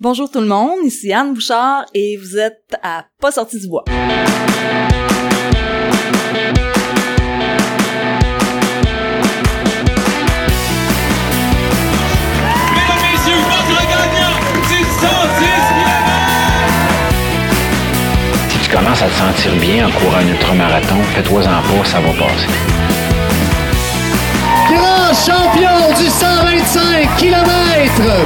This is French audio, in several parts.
Bonjour tout le monde, ici Anne Bouchard et vous êtes à Pas sorti du bois. Si tu commences à te sentir bien en courant un ultramarathon, fais-toi-en pas, ça va passer. Grand champion du 125 km!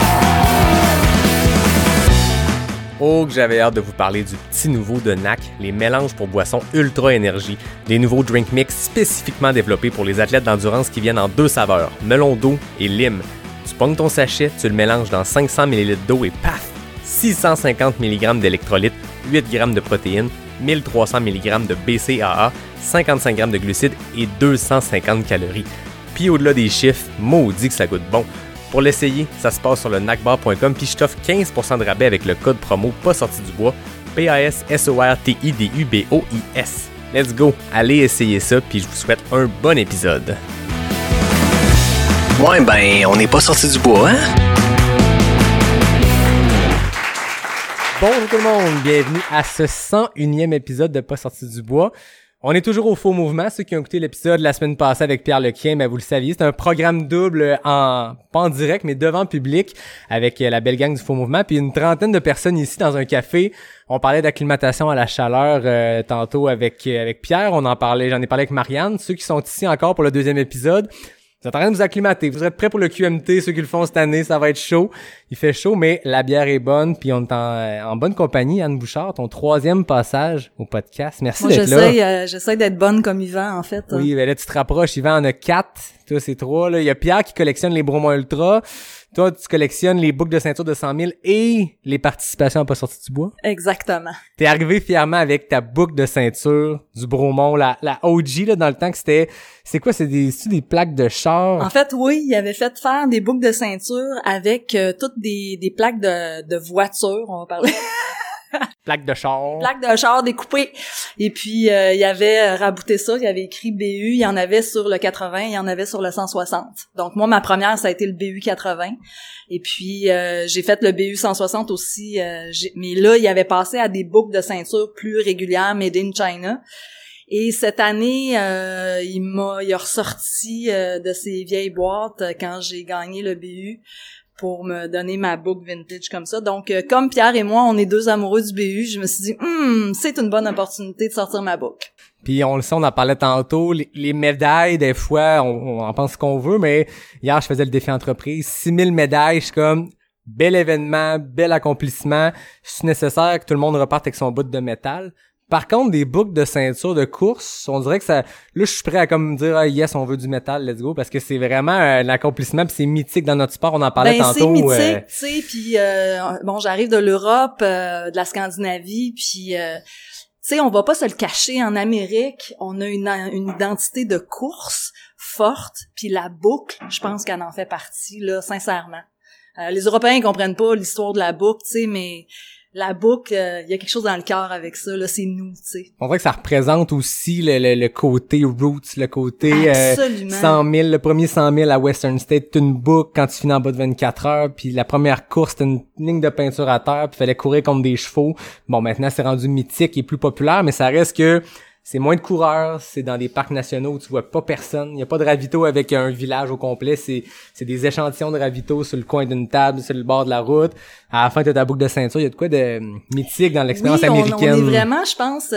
Oh, que j'avais hâte de vous parler du petit nouveau de NAC, les mélanges pour boissons Ultra Énergie, des nouveaux drink mix spécifiquement développés pour les athlètes d'endurance qui viennent en deux saveurs, melon d'eau et lime. Tu pognes ton sachet, tu le mélanges dans 500 ml d'eau et paf! 650 mg d'électrolytes, 8 g de protéines, 1300 mg de BCAA, 55 g de glucides et 250 calories. Puis au-delà des chiffres, maudit que ça goûte bon. Pour l'essayer, ça se passe sur le nacbar.com puis je t'offre 15% de rabais avec le code promo pas sorti du bois, PASSORTIDUBOIS. Let's go, allez essayer ça puis je vous souhaite un bon épisode. Ouais ben, on n'est pas sorti du bois, hein? Bonjour tout le monde, bienvenue à ce 101e épisode de Pas sorti du bois. On est toujours au Faux Mouvement. Ceux qui ont écouté l'épisode la semaine passée avec Pierre Lequien, mais vous le saviez, c'est un programme double pas en direct, mais devant public avec la belle gang du Faux Mouvement. Puis une trentaine de personnes ici dans un café. On parlait d'acclimatation à la chaleur tantôt avec Pierre. J'en ai parlé avec Marianne. Ceux qui sont ici encore pour le deuxième épisode, vous êtes en train de vous acclimater. Vous êtes prêts pour le QMT, ceux qui le font cette année, ça va être chaud. Il fait chaud, mais la bière est bonne, puis on est en bonne compagnie. Anne Bouchard, ton troisième passage au podcast. Merci d'être là. J'essaie d'être bonne comme Yvan, en fait. Oui, ben là, tu te rapproches. Yvan en a 4. Toi, c'est 3. Là. Il y a Pierre qui collectionne les Bromont Ultra. Toi, tu collectionnes les boucles de ceinture de 100 000 et les participations à Pas sorti du bois. Exactement. T'es arrivé fièrement avec ta boucle de ceinture du Bromont, la OG, là, dans le temps que c'est quoi, c'est des plaques de char? En fait, oui, il avait fait faire des boucles de ceinture avec toutes des plaques de voiture, on va parler. Plaques de char. Plaques de char découpées. Et puis, il avait rabouté ça, il avait écrit BU, il y en avait sur le 80, il y en avait sur le 160. Donc, moi, ma première, ça a été le BU 80. Et puis, j'ai fait le BU 160 aussi, mais là, il avait passé à des boucles de ceinture plus régulières, made in China. Et cette année, il a ressorti de ses vieilles boîtes quand j'ai gagné le BU pour me donner ma boucle vintage comme ça. Donc, comme Pierre et moi, on est deux amoureux du BU, je me suis dit, c'est une bonne opportunité de sortir ma boucle. Puis on le sait, on en parlait tantôt, les médailles, des fois, on en pense ce qu'on veut, mais hier, je faisais le défi entreprise, 6000 médailles, je suis comme, bel événement, bel accomplissement, c'est nécessaire que tout le monde reparte avec son bout de métal. Par contre, des boucles de ceinture de course, on dirait que ça... Là, je suis prêt à comme dire « yes, on veut du métal, let's go », parce que c'est vraiment un accomplissement, puis c'est mythique dans notre sport, on en parlait tantôt. C'est mythique, tu sais, puis bon, j'arrive de l'Europe, de la Scandinavie, puis... tu sais, on va pas se le cacher, en Amérique, on a une identité de course forte, puis la boucle, je pense qu'elle en fait partie, là, sincèrement. Les Européens, ils comprennent pas l'histoire de la boucle, tu sais, mais... La boucle, il y a quelque chose dans le cœur avec ça, là, c'est nous, tu sais. On dirait que ça représente aussi le côté roots, le côté 100 000, le premier 100 000 à Western State, une boucle quand tu finis en bas de 24 heures, puis la première course, c'était une ligne de peinture à terre, puis fallait courir comme des chevaux. Bon, maintenant, c'est rendu mythique et plus populaire, mais ça reste que c'est moins de coureurs, c'est dans des parcs nationaux où tu vois pas personne, il y a pas de ravito avec un village au complet, c'est des échantillons de ravito sur le coin d'une table, sur le bord de la route. À la fin, t'as ta boucle de ceinture, il y a de quoi de mythique dans l'expérience américaine. On est vraiment, je pense,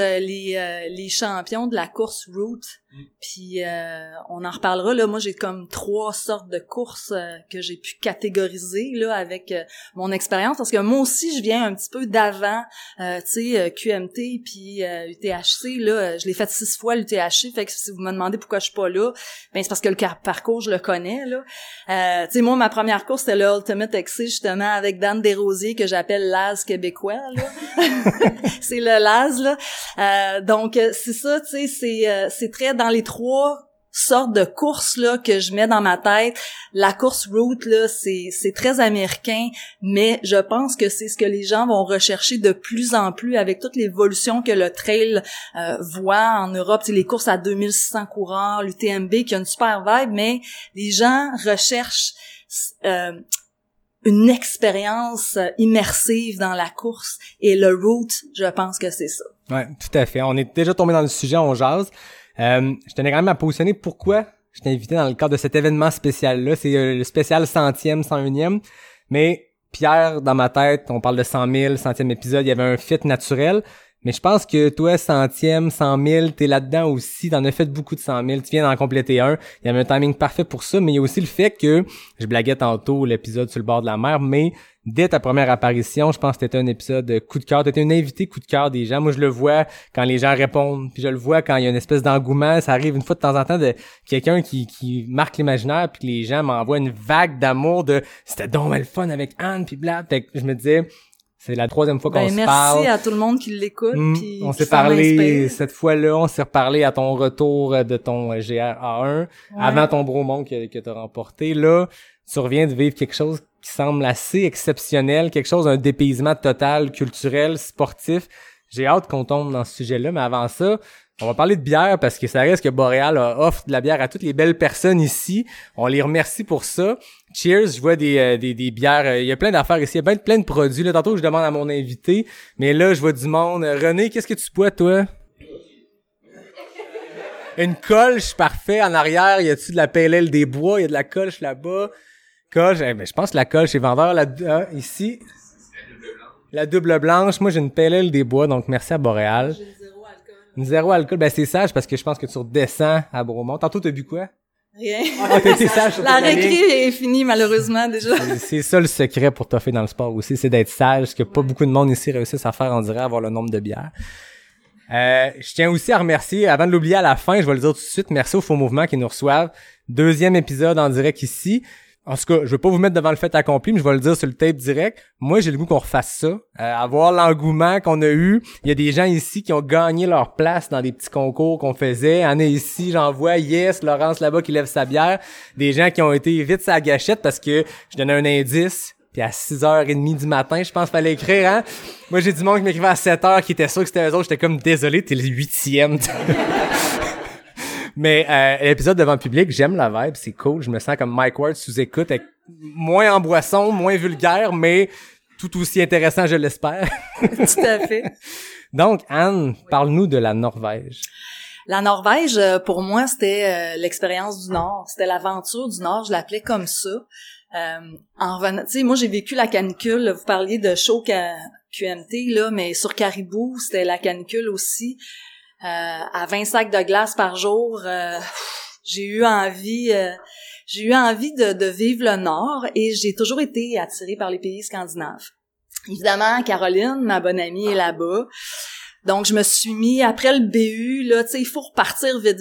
les champions de la course route. Puis on en reparlera là. Moi, j'ai comme 3 sortes de courses que j'ai pu catégoriser là avec mon expérience, parce que moi aussi, je viens un petit peu d'avant, tu sais, QMT puis UTHC là. Je l'ai fait 6 fois l'UTHC, fait que si vous me demandez pourquoi je suis pas là, ben c'est parce que le parcours je le connais là. Tu sais, moi ma première course c'était le Ultimate XC justement avec Dan Desrosiers que j'appelle Laz québécois là. C'est le Laz là. Donc c'est ça, tu sais, c'est très dans les 3 sortes de courses là que je mets dans ma tête. La course route là, c'est très américain, mais je pense que c'est ce que les gens vont rechercher de plus en plus avec toute l'évolution que le trail voit en Europe. C'est les courses à 2600 coureurs, l'UTMB qui a une super vibe, mais les gens recherchent une expérience immersive dans la course. Et le route, je pense que c'est ça. Ouais, tout à fait. On est déjà tombé dans le sujet, on jase. Je tenais quand même à positionner pourquoi je t'ai invité dans le cadre de cet événement spécial-là. C'est le spécial 100e, 101e. Mais Pierre, dans ma tête, on parle de 100 000, 100e épisode, il y avait un fit naturel. Mais je pense que toi, 100e, 100 000, t'es là-dedans aussi. T'en as fait beaucoup de 100 000. Tu viens d'en compléter un. Il y avait un timing parfait pour ça. Mais il y a aussi le fait que, je blaguais tantôt l'épisode sur le bord de la mer, mais dès ta première apparition, je pense que c'était un épisode coup de cœur. T'étais une invitée coup de cœur des gens. Moi, je le vois quand les gens répondent. Puis je le vois quand il y a une espèce d'engouement. Ça arrive une fois de temps en temps de quelqu'un qui marque l'imaginaire puis que les gens m'envoient une vague d'amour de « C'était donc le fun avec Anne » puis bla. Fait que je me disais... C'est la 3e fois qu'on se parle. Merci à tout le monde qui l'écoute. Puis on s'est parlé cette fois-là, on s'est reparlé à ton retour de ton GR-A1, avant ton Bromont que t'as remporté. Là, tu reviens de vivre quelque chose qui semble assez exceptionnel, quelque chose, un dépaysement total, culturel, sportif. J'ai hâte qu'on tombe dans ce sujet-là, mais avant ça, on va parler de bière parce que ça reste que Boréal offre de la bière à toutes les belles personnes ici. On les remercie pour ça. Cheers, je vois des bières, il y a plein d'affaires ici, il y a plein de produits. Là, tantôt, je demande à mon invité, mais là, je vois du monde. René, qu'est-ce que tu bois, toi? Une colche, parfait. En arrière, y a-tu de la pale ale des bois? Il y a de la colche là-bas. Colche, je pense que la colche est vendeur là, ici. La double blanche. Moi, j'ai une pale ale des bois, donc merci à Boréal. Zéro alcool, ben c'est sage parce que je pense que tu redescends à Bromont. Tantôt, t'as bu quoi? Rien. Ah, t'as été sage sur La récré est finie, malheureusement, déjà. C'est ça le secret pour toffer dans le sport aussi, c'est d'être sage, ce que pas beaucoup de monde ici réussissent à faire, on dirait, avoir le nombre de bières. Je tiens aussi à remercier, avant de l'oublier à la fin, je vais le dire tout de suite, merci au Faux Mouvement qui nous reçoivent. 2e épisode en direct ici. En tout cas, je veux pas vous mettre devant le fait accompli, mais je vais le dire sur le tape direct. Moi, j'ai le goût qu'on refasse ça. Avoir l'engouement qu'on a eu. Il y a des gens ici qui ont gagné leur place dans des petits concours qu'on faisait. En est ici, j'en vois, yes, Laurence là-bas qui lève sa bière. Des gens qui ont été vite sa gâchette parce que je donnais un indice. Puis à 6h30 du matin, je pense, fallait écrire, hein. Moi, j'ai du monde qui m'écrivait à 7h qui était sûr que c'était eux autres. J'étais comme, désolé, t'es le 8e. Mais l'épisode devant le public, j'aime la vibe, c'est cool. Je me sens comme Mike Ward sous écoute, avec moins en boisson, moins vulgaire, mais tout aussi intéressant, je l'espère. Tout à fait. Donc, Anne, parle-nous de la Norvège. La Norvège, pour moi, c'était l'expérience du Nord. C'était l'aventure du Nord, je l'appelais comme ça. En revenant, tu sais, moi, j'ai vécu la canicule. Vous parliez de chaud QMT, là, mais sur Caribou, c'était la canicule aussi. À 20 sacs de glace par jour, j'ai eu envie de vivre le Nord et j'ai toujours été attirée par les pays scandinaves. Évidemment, Caroline, ma bonne amie, est là-bas. Donc, je me suis mis, après le BU, là, tu sais, il faut repartir vite,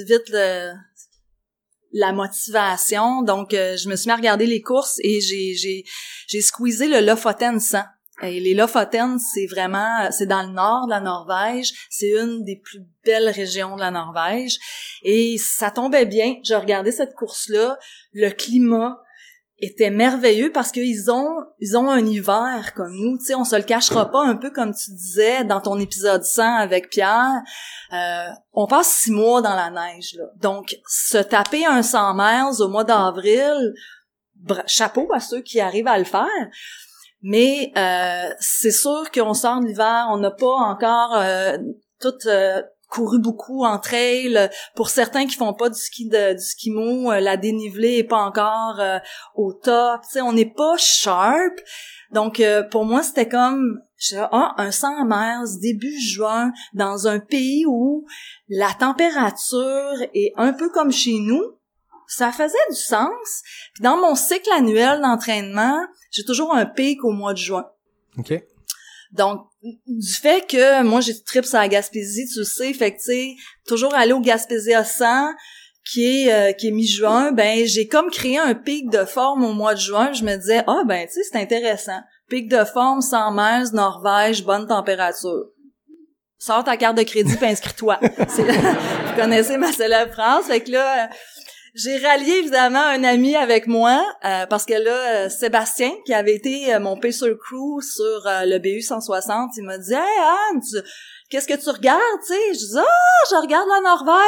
la motivation. Donc, je me suis mis à regarder les courses et j'ai squeezé le Lofoten 100. Et les Lofoten, c'est dans le nord de la Norvège. C'est une des plus belles régions de la Norvège. Et ça tombait bien. Je regardais cette course-là. Le climat était merveilleux parce qu'ils ont un hiver comme nous. Tu sais, on se le cachera pas, un peu comme tu disais dans ton épisode 100 avec Pierre. On passe 6 mois dans la neige, là. Donc, se taper un 100 miles au mois d'avril, chapeau à ceux qui arrivent à le faire. Mais c'est sûr qu'on sort de l'hiver, on n'a pas encore couru beaucoup en trail. Pour certains qui font pas du ski mou, la dénivelée est pas encore au top. Tu sais, on n'est pas sharp. Donc pour moi, c'était comme un 100 miles début juin dans un pays où la température est un peu comme chez nous. Ça faisait du sens. Puis dans mon cycle annuel d'entraînement, j'ai toujours un pic au mois de juin. OK. Donc, du fait que moi, j'ai trip sur la Gaspésie, tu sais, fait que, tu sais, toujours aller au Gaspésia 100, qui est mi-juin, ben, j'ai comme créé un pic de forme au mois de juin. Je me disais, ben, tu sais, c'est intéressant. Pic de forme, 100 miles, Norvège, bonne température. Sors ta carte de crédit puis inscris-toi. Vous connaissez ma célèbre phrase. Fait que là, j'ai rallié évidemment un ami avec moi parce que là, Sébastien, qui avait été mon pacer crew sur le BU 160, il m'a dit « Hey Anne, qu'est-ce que tu regardes? » Tu sais, je dis « je regarde la Norvège. »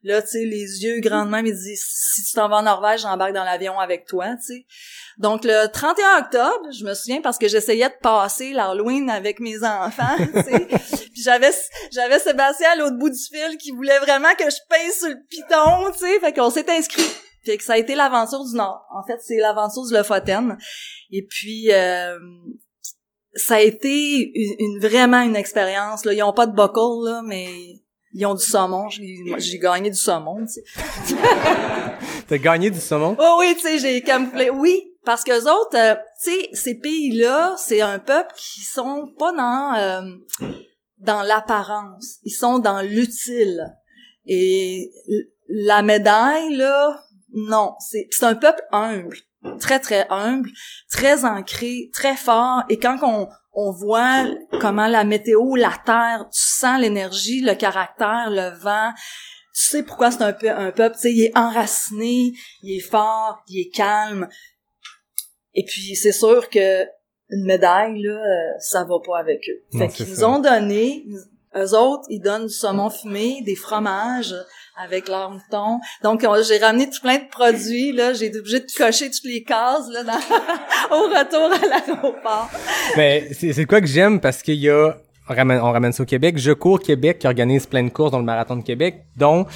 Là, tu sais, les yeux grandement, il dit, si tu t'en vas en Norvège, j'embarque dans l'avion avec toi, tu sais. Donc, le 31 octobre, je me souviens parce que j'essayais de passer l'Halloween avec mes enfants, tu sais. Puis j'avais Sébastien à l'autre bout du fil qui voulait vraiment que je pèse sur le piton, tu sais. Fait qu'on s'est inscrits. Fait que ça a été l'aventure du Nord. En fait, c'est l'aventure du Lofoten. Et puis, ça a été vraiment une expérience, là. Ils ont pas de buckle, là, mais ils ont du saumon. J'ai gagné du saumon, tu sais. T'as gagné du saumon? Oh oui, tu sais, j'ai camouflé. Oui, parce que eux autres, tu sais, ces pays-là, c'est un peuple qui sont pas dans l'apparence. Ils sont dans l'utile. Et la médaille, là, non. C'est un peuple humble. Très, très humble, très ancré, très fort. Et quand on voit comment la météo, la terre, tu sens l'énergie, le caractère, le vent, tu sais pourquoi c'est un peuple, tu sais, il est enraciné, il est fort, il est calme. Et puis, c'est sûr que une médaille, là, ça va pas avec eux. Fait qu'ils nous ont donné, eux autres, ils donnent du saumon fumé, des fromages avec leur mouton. Donc, j'ai ramené tout plein de produits, là. J'ai été obligée de cocher toutes les cases, là, au retour à l'aéroport. Mais c'est quoi que j'aime parce qu'il y a, on ramène ça au Québec. Je cours Québec qui organise plein de courses dans le Marathon de Québec, dont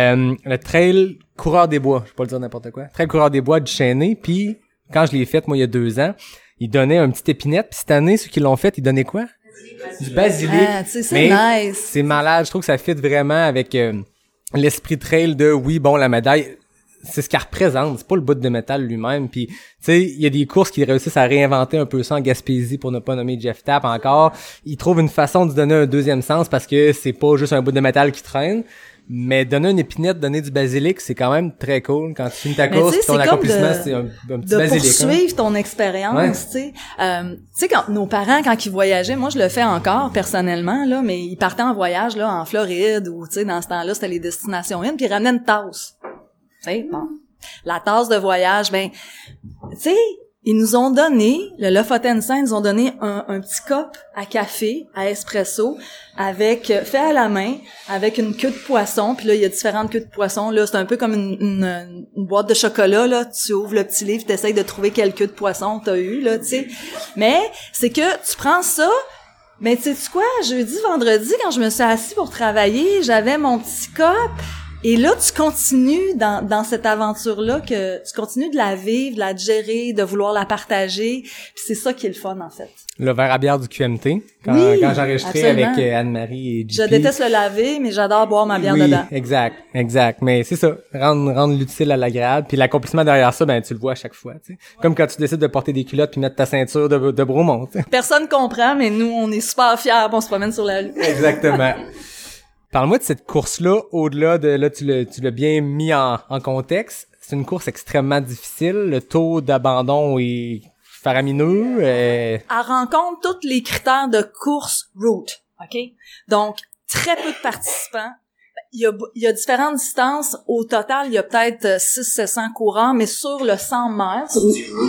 le Trail Coureur des Bois. Je vais pas le dire n'importe quoi. Trail Coureur des Bois du Chêné. Puis, quand je l'ai fait, moi, il y a 2 ans, ils donnaient un petit épinette. Puis cette année, ceux qui l'ont fait, ils donnaient quoi? Du basilic. Ah, tu sais, c'est nice. C'est malade. Je trouve que ça fit vraiment avec l'esprit trail de, oui, bon, la médaille, c'est ce qu'elle représente. C'est pas le bout de métal lui-même. Puis, tu sais, il y a des courses qui réussissent à réinventer un peu ça en Gaspésie pour ne pas nommer Jeff Tapp encore. Ils trouvent une façon de donner un deuxième sens parce que c'est pas juste un bout de métal qui traîne. Mais donner une épinette, donner du basilic, c'est quand même très cool. Quand tu finis ta course, ton accomplissement, c'est un petit de basilic. Poursuivre ton expérience, tu sais. Tu sais, quand nos parents, quand ils voyageaient, moi, je le fais encore, personnellement, là, mais ils partaient en voyage, là, en Floride, ou, tu sais, dans ce temps-là, c'était les destinations in, puis ils ramenaient une tasse. Tu sais, bon. La tasse de voyage, ben, tu sais, ils nous ont donné, le Lofoten Saint, ils nous ont donné un petit cup à café, à espresso, avec fait à la main, avec une queue de poisson. Puis là, il y a différentes queues de poisson. Là, c'est un peu comme une boîte de chocolat. Là, tu ouvres le petit livre, tu essaies de trouver quelle queue de poisson t'as eu, là, tu sais. Mais c'est que tu prends ça. Mais tu sais quoi, jeudi, vendredi, quand je me suis assise pour travailler, j'avais mon petit cup. Et là, tu continues dans cette aventure-là, que tu continues de la vivre, de la gérer, de vouloir la partager. Puis c'est ça qui est le fun, en fait. Le verre à bière du QMT, quand j'enregistrais avec Anne-Marie et JP. Je déteste le laver, mais j'adore boire ma bière dedans. Exact. Mais c'est ça, rendre l'utile à l'agréable. Puis l'accomplissement derrière ça, ben tu le vois à chaque fois. T'sais. Comme quand tu décides de porter des culottes puis mettre ta ceinture de Bromont. T'sais. Personne comprend, mais nous, on est super fiers, on se promène sur la rue. Exactement. Parle-moi de cette course-là, au-delà de, là, tu l'as bien mis en contexte. C'est une course extrêmement difficile. Le taux d'abandon est faramineux. Elle rencontre tous les critères de course route, OK? Donc, très peu de participants. Il y a différentes distances. Au total, il y a peut-être 600-700 courants, mais sur le 100 mètres.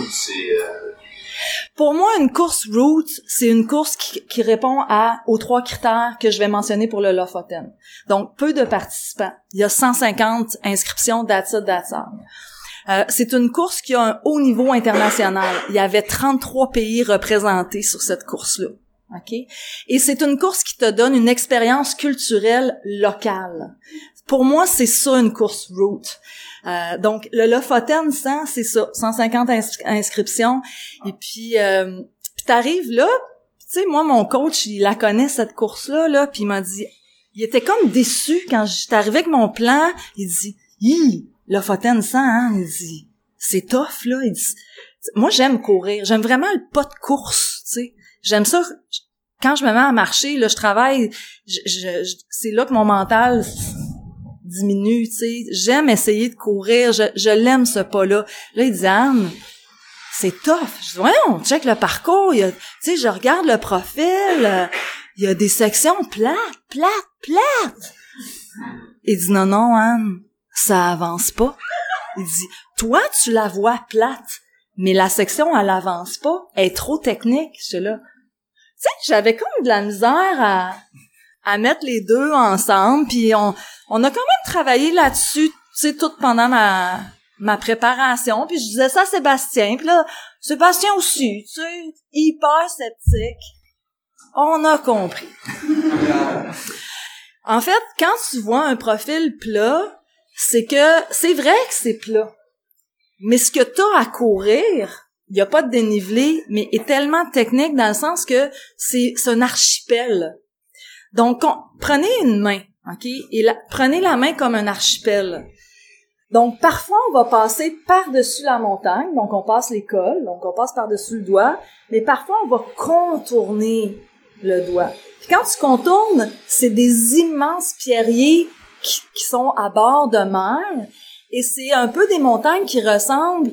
Pour moi, une course route, c'est une course qui répond aux 3 critères que je vais mentionner pour le Lofoten. Donc, peu de participants. Il y a 150 inscriptions, that's it. C'est une course qui a un haut niveau international. Il y avait 33 pays représentés sur cette course-là. OK? Et c'est une course qui te donne une expérience culturelle locale. Pour moi, c'est ça une course route. Donc, le Lofoten 100, c'est ça, 150 inscriptions. Et puis t'arrives là, tu sais, moi, mon coach, il la connaît, cette course-là, là, puis il m'a dit, il était comme déçu quand j'étais arrivé avec mon plan. Il dit, Lofoten 100, hein? Il dit, c'est tough, là. Il dit, moi, j'aime courir. J'aime vraiment le pas de course, tu sais. J'aime ça. Quand je me mets à marcher, là, je travaille, c'est là que mon mental diminue, tu sais. J'aime essayer de courir, je l'aime ce pas-là. Là, il dit, Anne, c'est tough. Je dis, voyons, check le parcours, tu sais, je regarde le profil, il y a des sections plates. Il dit, non, Anne, ça avance pas. Il dit, toi, tu la vois plate, mais la section, elle avance pas, elle est trop technique. J'étais là. Tu sais, j'avais comme de la misère à mettre les deux ensemble, puis on a quand même travaillé là-dessus, tu sais, tout pendant ma préparation, puis je disais ça à Sébastien, puis là, Sébastien aussi, tu sais, hyper sceptique. On a compris. En fait, quand tu vois un profil plat, c'est vrai que c'est plat. Mais ce que t'as à courir, il y a pas de dénivelé, mais est tellement technique dans le sens que c'est un archipel. Donc, prenez une main, OK? Et prenez la main comme un archipel. Donc, parfois, on va passer par-dessus la montagne, donc on passe les cols, donc on passe par-dessus le doigt, mais parfois, on va contourner le doigt. Puis quand tu contournes, c'est des immenses pierriers qui sont à bord de mer, et c'est un peu des montagnes qui ressemblent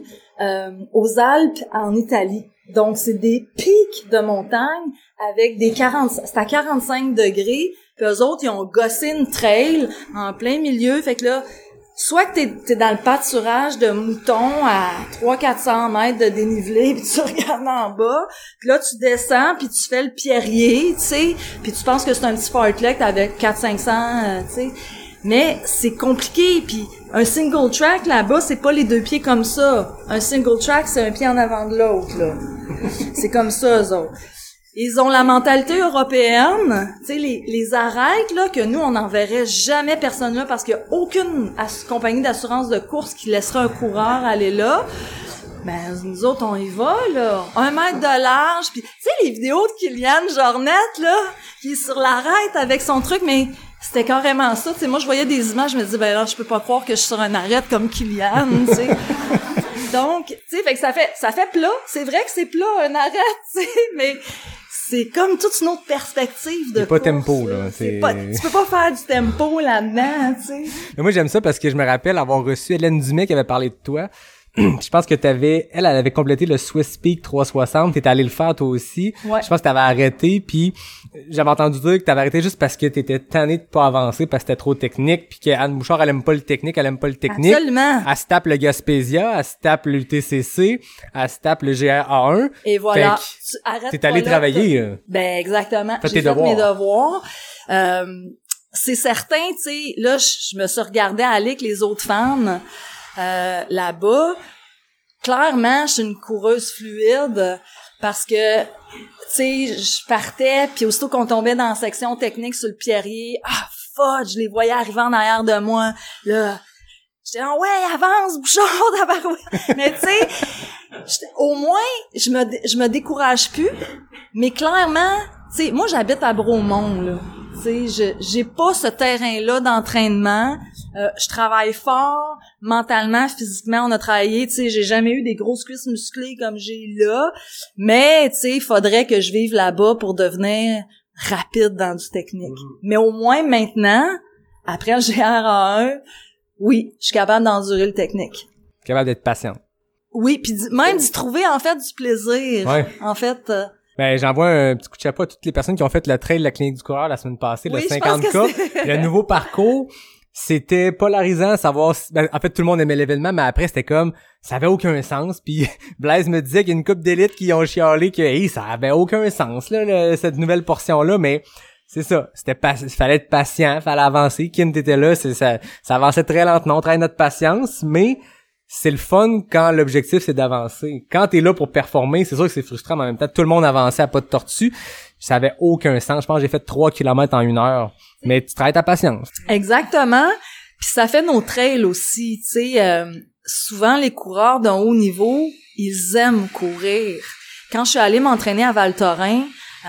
aux Alpes en Italie. Donc, c'est des pics de montagne avec c'est à 45 degrés, puis eux autres, ils ont gossé une trail en plein milieu, fait que là, soit que t'es dans le pâturage de moutons à 300-400 mètres de dénivelé, puis tu regardes en bas, puis là, tu descends, puis tu fais le pierrier, tu sais, puis tu penses que c'est un petit fartlek avec 400-500, tu sais. Mais c'est compliqué, puis un single track, là-bas, c'est pas les deux pieds comme ça. Un single track, c'est un pied en avant de l'autre, là. C'est comme ça, eux autres. Ils ont la mentalité européenne, tu sais, les arêtes, là, que nous, on n'enverrait jamais personne là, parce qu'il y a aucune compagnie d'assurance de course qui laisserait un coureur aller là. Ben, nous autres, on y va, là. 1 mètre de large, puis tu sais, les vidéos de Kylian Jornet, là, qui est sur l'arête avec son truc, mais c'était carrément ça. Tu sais, moi, je voyais des images, je me disais, ben là, je peux pas croire que je suis sur un arête comme Kylian, tu sais. Donc, tu sais, fait que ça fait plat. C'est vrai que c'est plat, un arête, tu sais, mais c'est comme toute une autre perspective de c'est pas tempo, là. Tu peux pas faire du tempo là-dedans, tu sais. Mais moi, j'aime ça parce que je me rappelle avoir reçu Hélène Dumais qui avait parlé de toi. Je pense que elle avait complété le Swiss Peak 360, t'étais allé le faire toi aussi. Ouais. Je pense que t'avais arrêté, puis j'avais entendu dire que t'avais arrêté juste parce que t'étais tanné de pas avancer parce que c'était trop technique, puis qu'Anne Bouchard, elle aime pas le technique. Absolument. Elle se tape le Gaspésia, elle se tape le UTCC, elle se tape le GRA1. Et voilà. Tu arrêtes. T'es allé travailler. Ben, exactement. J'ai fait mes devoirs. C'est certain, tu sais, là, je me suis regardée aller avec les autres femmes, là-bas. Clairement, je suis une coureuse fluide parce que, tu sais, je partais, puis aussitôt qu'on tombait dans la section technique sur le pierrier, fudge, je les voyais arriver en arrière de moi, là. J'étais là, ouais, avance, Bouchard, tabarouette. Mais tu sais, au moins, je me décourage plus, mais clairement, tu sais, moi, j'habite à Bromont, là. Tu sais, j'ai pas ce terrain-là d'entraînement. Je travaille fort, mentalement, physiquement, on a travaillé, tu sais, j'ai jamais eu des grosses cuisses musclées comme j'ai là, mais, tu sais, il faudrait que je vive là-bas pour devenir rapide dans du technique. Mais au moins, maintenant, après le GRA1, oui, je suis capable d'endurer le technique. Capable d'être patiente. Oui, puis même d'y trouver, en fait, du plaisir. Ouais. En fait... Ben, j'envoie un petit coup de chapeau à toutes les personnes qui ont fait le trail de la clinique du coureur la semaine passée, oui, le 50K. Le nouveau parcours, c'était polarisant à savoir en fait, tout le monde aimait l'événement, mais après, c'était comme, ça avait aucun sens. Puis Blaise me disait qu'il y a une couple d'élites qui ont chialé que, ça avait aucun sens, là, cette nouvelle portion-là, mais c'est ça. Fallait être patient, fallait avancer. Kim, t'étais là, ça avançait très lentement. On travaille notre patience, mais c'est le fun quand l'objectif c'est d'avancer. Quand t'es là pour performer, c'est sûr que c'est frustrant, mais en même temps, tout le monde avançait à pas de tortue. Ça avait aucun sens. Je pense que j'ai fait 3 km en 1 heure. Mais tu travailles ta patience. Exactement. Puis ça fait nos trails aussi. Tu sais, souvent les coureurs d'un haut niveau, ils aiment courir. Quand je suis allée m'entraîner à Val-Thorens,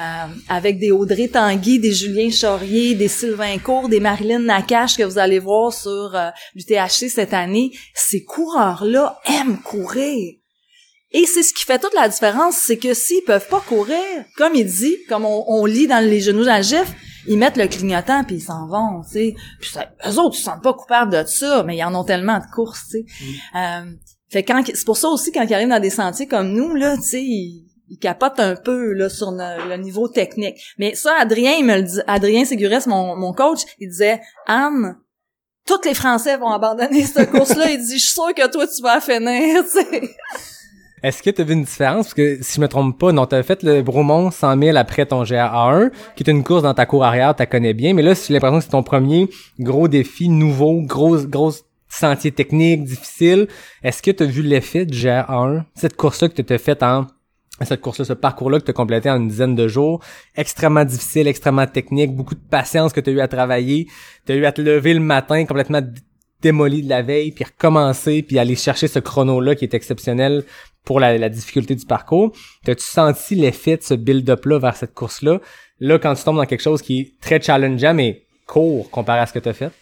avec des Audrey Tanguy, des Julien Chaurier, des Sylvain Court, des Marilyn Nakache que vous allez voir sur l'UTHC cette année, ces coureurs-là aiment courir. Et c'est ce qui fait toute la différence, c'est que s'ils peuvent pas courir, comme il dit, comme on lit dans les genoux dans le gif, ils mettent le clignotant puis ils s'en vont, tu sais. Puis eux autres, ils se sentent pas coupables de ça, mais ils en ont tellement de courses, tu sais. Fait c'est pour ça aussi quand ils arrivent dans des sentiers comme nous, là, tu sais, il capote un peu là sur le niveau technique. Mais ça, Adrien, il me le dit. Adrien Ségurès, mon coach, il disait, Anne, tous les Français vont abandonner cette course-là. Il dit, je suis sûr que toi, tu vas la finir, tu sais. Est-ce que tu as vu une différence? Parce que si je me trompe pas, non, tu as fait le Bromont 100 000 après ton GR1, qui est une course dans ta cour arrière, tu la connais bien, mais là, j'ai l'impression que c'est ton premier gros défi nouveau, gros sentier technique, difficile. Est-ce que tu as vu l'effet du GR1? Cette course-là que tu t'as faite ce parcours-là que tu as complété en une dizaine de jours, extrêmement difficile, extrêmement technique, beaucoup de patience que tu as eu à travailler, tu as eu à te lever le matin complètement démoli de la veille, puis recommencer, puis aller chercher ce chrono-là qui est exceptionnel pour la difficulté du parcours. T'as-tu senti l'effet de ce build-up-là vers cette course-là? Là, quand tu tombes dans quelque chose qui est très challengeant, mais court comparé à ce que tu as fait?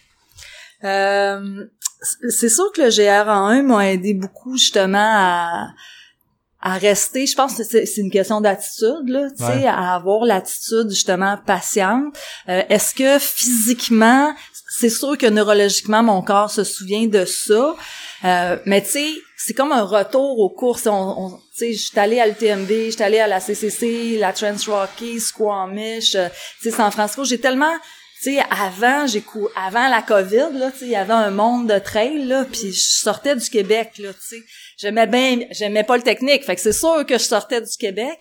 C'est sûr que le GR1 m'a aidé beaucoup justement à rester, je pense que c'est une question d'attitude, là, tu sais, à avoir l'attitude justement patiente. Est-ce que physiquement, c'est sûr que neurologiquement, mon corps se souvient de ça, mais tu sais, c'est comme un retour aux courses. Tu sais, j'étais allée à l'UTMB, j'étais allée à la CCC, la Trans Rocky, Squamish, tu sais, San Francisco, j'ai tellement... Tu sais, avant la COVID, là, tu sais, il y avait un monde de trail, là, puis je sortais du Québec, là, tu sais. J'aimais pas le technique, fait que c'est sûr que je sortais du Québec.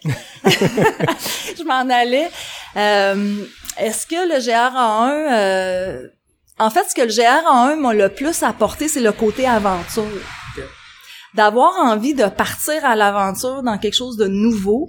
Je m'en allais. Est-ce que le GR1, en fait, ce que le GR1 m'a le plus apporté, c'est le côté aventure. Okay. D'avoir envie de partir à l'aventure dans quelque chose de nouveau.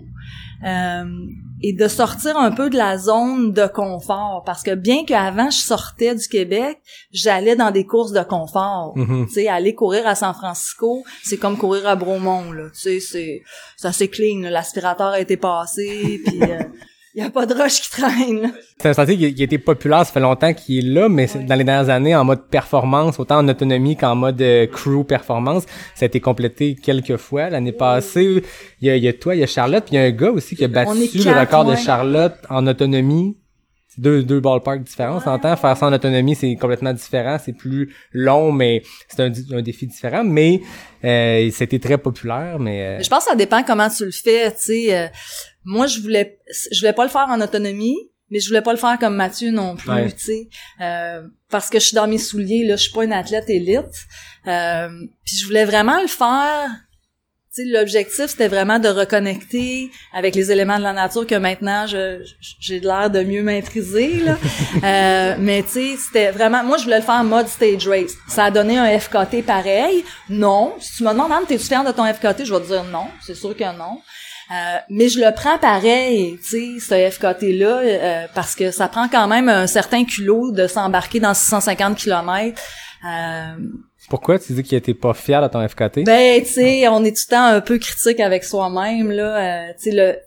Et de sortir un peu de la zone de confort, parce que bien qu'avant je sortais du Québec, j'allais dans des courses de confort. Tu sais, aller courir à San Francisco, c'est comme courir à Bromont, là. Tu sais, c'est assez clean, là. L'aspirateur a été passé, puis il y a pas de roche qui traîne, là. C'est un sentier qui a été populaire, ça fait longtemps qu'il est là, mais dans les dernières années, en mode performance, autant en autonomie qu'en mode crew performance, ça a été complété quelques fois. L'année passée, il y a toi, il y a Charlotte, puis il y a un gars aussi qui a battu le record de Charlotte en autonomie. C'est deux ballparks différents, on s'entend. Faire ça en autonomie, c'est complètement différent, c'est plus long, mais c'est un défi différent, mais c'était très populaire, mais... Je pense que ça dépend comment tu le fais, tu sais. Moi, je voulais pas le faire en autonomie, mais je voulais pas le faire comme Mathieu non plus, tu sais, parce que je suis dans mes souliers, là, je suis pas une athlète élite, puis je voulais vraiment le faire. Tu sais, l'objectif, c'était vraiment de reconnecter avec les éléments de la nature que maintenant j'ai l'air de mieux maîtriser, là. Mais tu sais, c'était vraiment... Moi, je voulais le faire en mode stage race. Ça a donné un FKT pareil. Non. Si tu me demandes, t'es-tu fier de ton FKT? Je vais te dire non. C'est sûr que non. Mais je le prends pareil, tu sais, ce FKT-là, parce que ça prend quand même un certain culot de s'embarquer dans 650 km. Pourquoi tu dis qu'il était pas fier de ton FKT? Ben, tu sais, on est tout le temps un peu critique avec soi-même, là. Tu sais,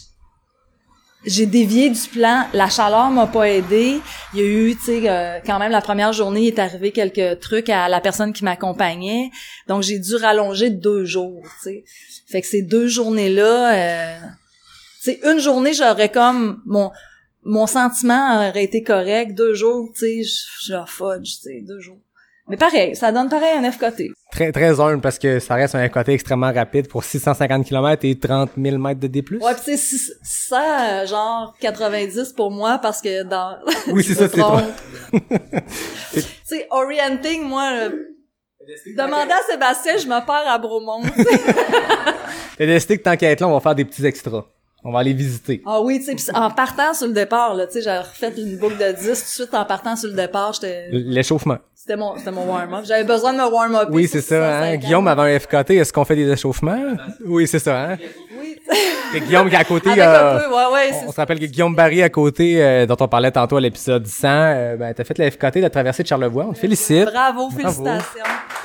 j'ai dévié du plan. La chaleur m'a pas aidé. Il y a eu, tu sais, quand même, la première journée, il est arrivé quelques trucs à la personne qui m'accompagnait. Donc, j'ai dû rallonger 2 jours, tu sais. Fait que ces 2 journées-là, tu sais, une journée, j'aurais comme... Mon sentiment aurait été correct. 2 jours, tu sais, je fudge, tu sais, 2 jours. Mais pareil, ça donne pareil un FKT. Très, très humble parce que ça reste un FKT extrêmement rapide pour 650 km et 30 000 mètres de D+. Ouais, pis c'est ça, genre 90 pour moi parce que dans... Oui, c'est ça, c'est toi. Tu sais, orienting, moi, demander à Sébastien, je me perds à Bromont. T'as décidé que tant qu'à être là, on va faire des petits extras. On va aller visiter. Ah oui, tu sais, en partant sur le départ, là, tu sais, j'ai refait une boucle de 10 tout de suite en partant sur le départ, j'étais... L'échauffement. C'était mon warm-up. J'avais besoin de me warm-up. Oui, c'est ça, hein. Guillaume avait un FKT, est-ce qu'on fait des échauffements? Oui, c'est ça, hein. Oui. Et Guillaume qui est à côté, on se rappelle que Guillaume Barry à côté, dont on parlait tantôt à l'épisode 100, ben, t'as fait la FKT de la traversée de Charlevoix, on te félicite. Bravo, félicitations.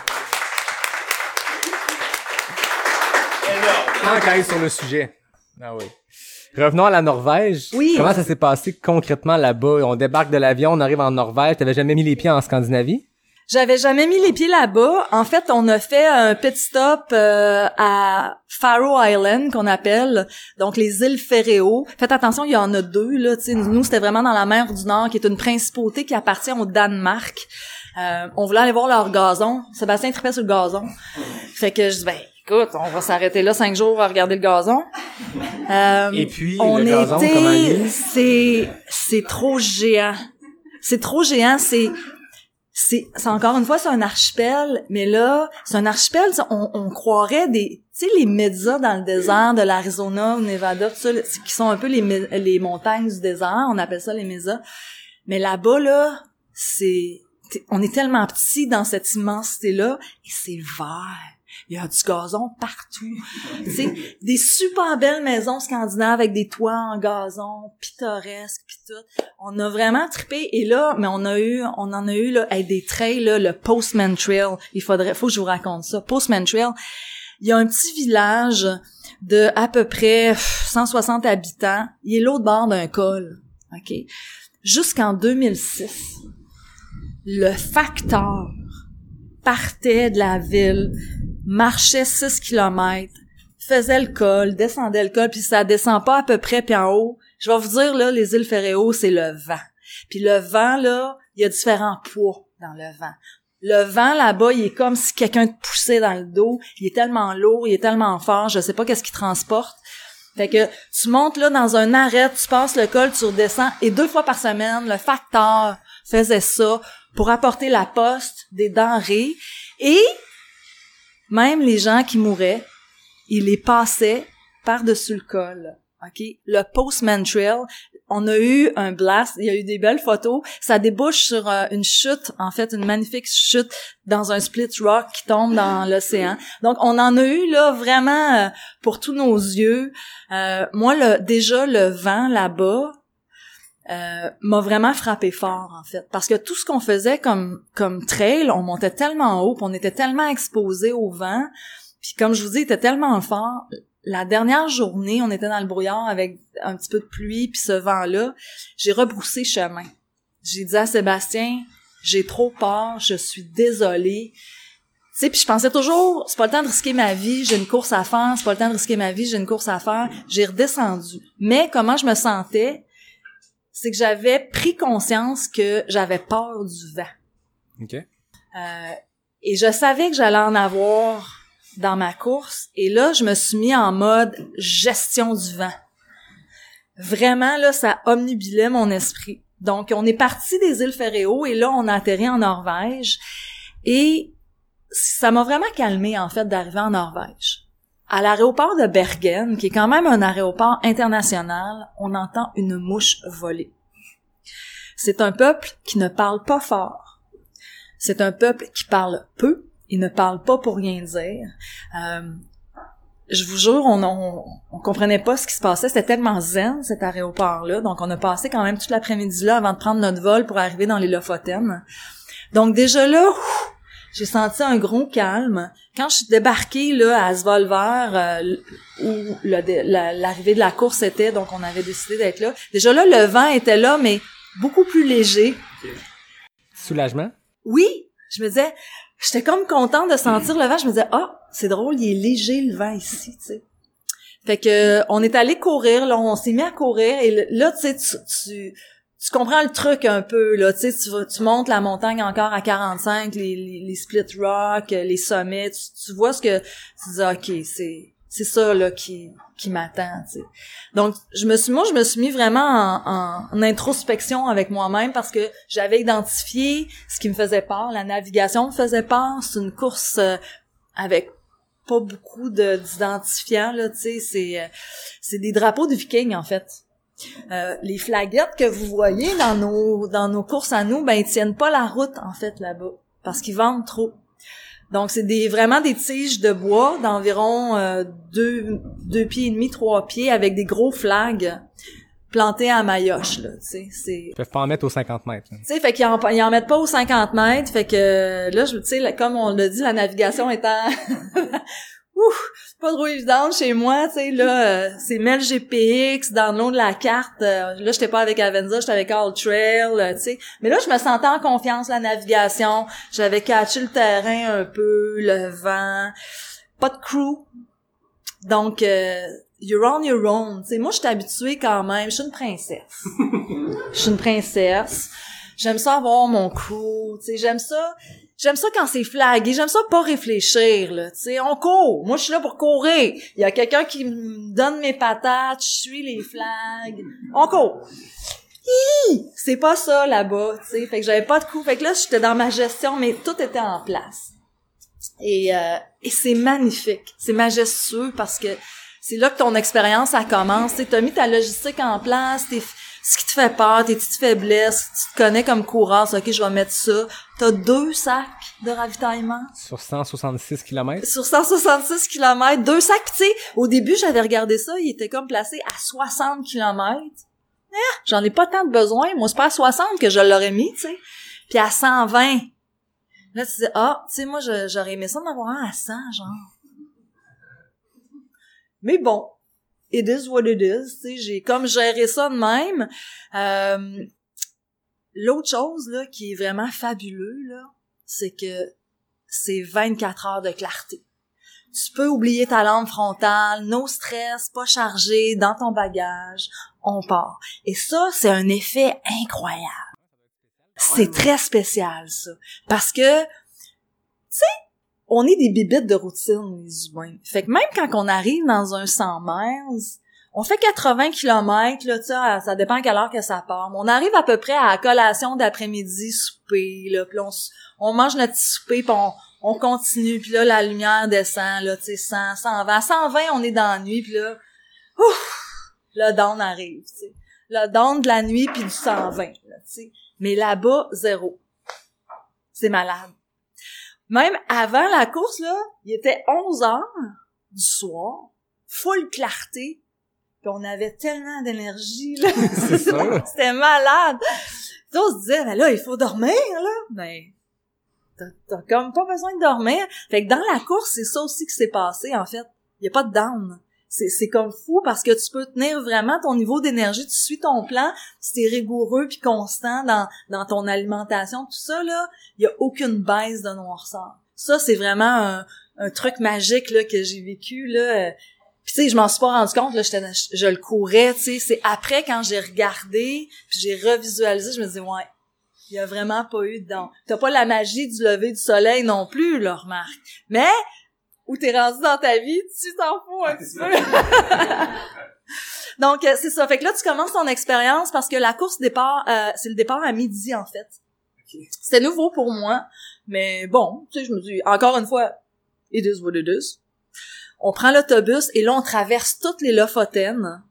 Enquête sur le sujet. Ah oui. Revenons à la Norvège. Oui. Comment ça s'est passé concrètement là-bas? On débarque de l'avion, on arrive en Norvège. T'avais jamais mis les pieds en Scandinavie? J'avais jamais mis les pieds là-bas. En fait, on a fait un petit stop à Faroe Island, qu'on appelle, donc les îles Féréo. Faites attention, il y en a 2, là. T'sais, nous, c'était vraiment dans la mer du Nord, qui est une principauté qui appartient au Danemark. On voulait aller voir leur gazon. Sébastien tripait sur le gazon. Fait que je dis, ben, écoute, on va s'arrêter là 5 jours à regarder le gazon. Et puis, on le gazon, comment il est? C'est trop géant. C'est trop géant, c'est encore une fois, c'est un archipel, mais là, c'est un archipel, on croirait tu sais, les médias dans le désert de l'Arizona ou Nevada, tout ça, qui sont un peu les montagnes du désert, on appelle ça les médias. Mais là-bas, là, on est tellement petit dans cette immensité-là, et c'est vert. Il y a du gazon partout. Tu sais, des super belles maisons scandinaves avec des toits en gazon, pittoresques, pis tout. On a vraiment trippé. Et là, mais on en a eu, là, des trails, là, le Postman Trail. Faut que je vous raconte ça. Postman Trail. Il y a un petit village de à peu près 160 habitants. Il est l'autre bord d'un col. OK? Jusqu'en 2006, le facteur partait de la ville, marchait 6 kilomètres, faisait le col, descendait le col, puis ça descend pas à peu près, puis en haut, je vais vous dire, là, les îles Ferréo, c'est le vent. Puis le vent, là, il y a différents poids dans le vent. Le vent, là-bas, il est comme si quelqu'un te poussait dans le dos. Il est tellement lourd, il est tellement fort, je sais pas qu'est-ce qu'il transporte. Fait que tu montes là dans un arrêt, tu passes le col, tu redescends, et 2 fois par semaine, le facteur faisait ça pour apporter la poste, des denrées, et même les gens qui mouraient, il les passait par-dessus le col. OK? Le Postman Trail, on a eu un blast, il y a eu des belles photos, ça débouche sur une chute, en fait, une magnifique chute dans un split rock qui tombe dans l'océan. Donc, on en a eu, là, vraiment pour tous nos yeux. Moi, déjà, le vent là-bas m'a vraiment frappé fort, en fait. Parce que tout ce qu'on faisait comme trail, on montait tellement haut, puis on était tellement exposé au vent, puis comme je vous dis, il était tellement fort. La dernière journée, on était dans le brouillard avec un petit peu de pluie, puis ce vent-là, j'ai rebroussé chemin. J'ai dit à Sébastien, j'ai trop peur, je suis désolée. Tu sais, puis je pensais toujours, c'est pas le temps de risquer ma vie, j'ai une course à faire, c'est pas le temps de risquer ma vie, j'ai une course à faire. J'ai redescendu. Mais comment je me sentais, c'est que j'avais pris conscience que j'avais peur du vent. OK. Et je savais que j'allais en avoir dans ma course, et là, je me suis mis en mode gestion du vent. Vraiment, là, ça omnubilait mon esprit. Donc, on est parti des îles Ferréo, et là, on a atterri en Norvège, et ça m'a vraiment calmé, en fait, d'arriver en Norvège. À l'aéroport de Bergen, qui est quand même un aéroport international, on entend une mouche voler. C'est un peuple qui ne parle pas fort. C'est un peuple qui parle peu. Il ne parle pas pour rien dire. Je vous jure, on comprenait pas ce qui se passait. C'était tellement zen, cet aéroport-là. Donc, on a passé quand même toute l'après-midi là avant de prendre notre vol pour arriver dans les Lofoten. Donc, déjà là, j'ai senti un gros calme. Quand je suis débarquée là à Svolvær, où l'arrivée de la course était, donc on avait décidé d'être là. Déjà là, le vent était là, mais beaucoup plus léger. Soulagement? Oui, je me disais, j'étais comme contente de sentir le vent. Je me disais, c'est drôle, il est léger le vent ici, tu sais. Fait que on est allé courir, là, on s'est mis à courir, et là, tu sais, tu comprends le truc un peu, là, tu sais, tu montes la montagne encore à 45, les split rock, les sommets, tu vois ce que, tu dis, OK, c'est ça, là, qui m'attend, tu sais. Donc, je me suis mis vraiment en introspection avec moi-même, parce que j'avais identifié ce qui me faisait peur, la navigation me faisait peur, c'est une course avec pas beaucoup d'identifiants, là, tu sais, c'est des drapeaux de Vikings, en fait. Les flaguettes que vous voyez dans nos courses à nous, ben ils tiennent pas la route en fait là-bas parce qu'ils vendent trop. Donc c'est vraiment des tiges de bois d'environ 2 pieds et demi, 3 pieds avec des gros flags plantés à maillotche là, tu sais, Ils peuvent pas en mettre aux 50 mètres. Tu sais, fait qu'ils en mettent pas aux 50 mètres, fait que là tu sais comme on l'a dit, la navigation étant pas trop évidente chez moi, tu sais, là, c'est Mel GPX, dans le nom de la carte, là, j'étais pas avec Avenza, j'étais avec All Trail, tu sais, mais là, je me sentais en confiance, la navigation, j'avais catché le terrain un peu, le vent, pas de crew, donc, you're on your own, tu sais, moi, je suis habituée quand même, je suis une princesse, j'aime ça avoir mon crew, tu sais, j'aime ça quand c'est flagué, j'aime ça pas réfléchir, là, tu sais, on court, moi je suis là pour courir, il y a quelqu'un qui me donne mes patates, je suis les flags, on court. c'est pas ça là-bas, tu sais. Fait que j'avais pas de coup. Fait que là, j'étais dans ma gestion, mais tout était en place. Et c'est magnifique. C'est majestueux parce que c'est là que ton expérience, ça commence. Tu as mis ta logistique en place, ce qui te fait peur, tes petites faiblesses, tu te connais comme coureur, ok, je vais mettre ça. T'as 2 sacs de ravitaillement. Sur 166 km? Sur 166 km, 2 sacs. Tu sais, au début, j'avais regardé ça, il était comme placé à 60 km. J'en ai pas tant de besoin. Moi, c'est pas à 60 que je l'aurais mis, tu sais. Puis à 120. Là, tu dis, tu sais, moi, j'aurais aimé ça d'en avoir un à 100, genre. Mais bon, it is what it is, tu sais, j'ai comme géré ça de même. L'autre chose, là, qui est vraiment fabuleux, là, c'est que c'est 24 heures de clarté. Tu peux oublier ta lampe frontale, no stress, pas chargé, dans ton bagage, on part. Et ça, c'est un effet incroyable. C'est très spécial, ça. Parce que, tu sais, on est des bibites de routine, les humains. Fait que même quand on arrive dans un 100 miles, on fait 80 km, là, tu sais, ça dépend à quelle heure que ça part. Mais on arrive à peu près à la collation d'après-midi, souper, là, puis on mange notre petit souper, puis on continue, puis là, la lumière descend, là, tu sais, 100, 120. À 120, on est dans la nuit, puis là, le down arrive, tu sais. Le down de la nuit, puis du 120, là, tu sais. Mais là-bas, 0. C'est malade. Même avant la course, là, il était 11 heures du soir, full clarté, puis on avait tellement d'énergie, là. C'est ça. C'était malade. Puis on se disait, ben là, il faut dormir, là. Ben, t'as comme pas besoin de dormir. Fait que dans la course, c'est ça aussi qui s'est passé, en fait. Il y a pas de down. C'est comme fou parce que tu peux tenir vraiment ton niveau d'énergie, tu suis ton plan, si t'es rigoureux puis constant dans ton alimentation, tout ça, là, il y a aucune baisse de noirceur. Ça, c'est vraiment un truc magique, là, que j'ai vécu, là. Puis tu sais, je m'en suis pas rendu compte, là, je le courais, tu sais. C'est après, quand j'ai regardé puis j'ai revisualisé, je me dis, ouais, il y a vraiment pas eu de don. T'as pas la magie du lever du soleil non plus, là, remarque. Mais où t'es rendu dans ta vie, tu t'en fous un petit peu. Donc, c'est ça. Fait que là, tu commences ton expérience parce que la course départ, c'est le départ à midi, en fait. Okay. C'était nouveau pour moi. Mais bon, tu sais, je me dis, encore une fois, it is what it is. On prend l'autobus et là, on traverse toutes les Lofoten.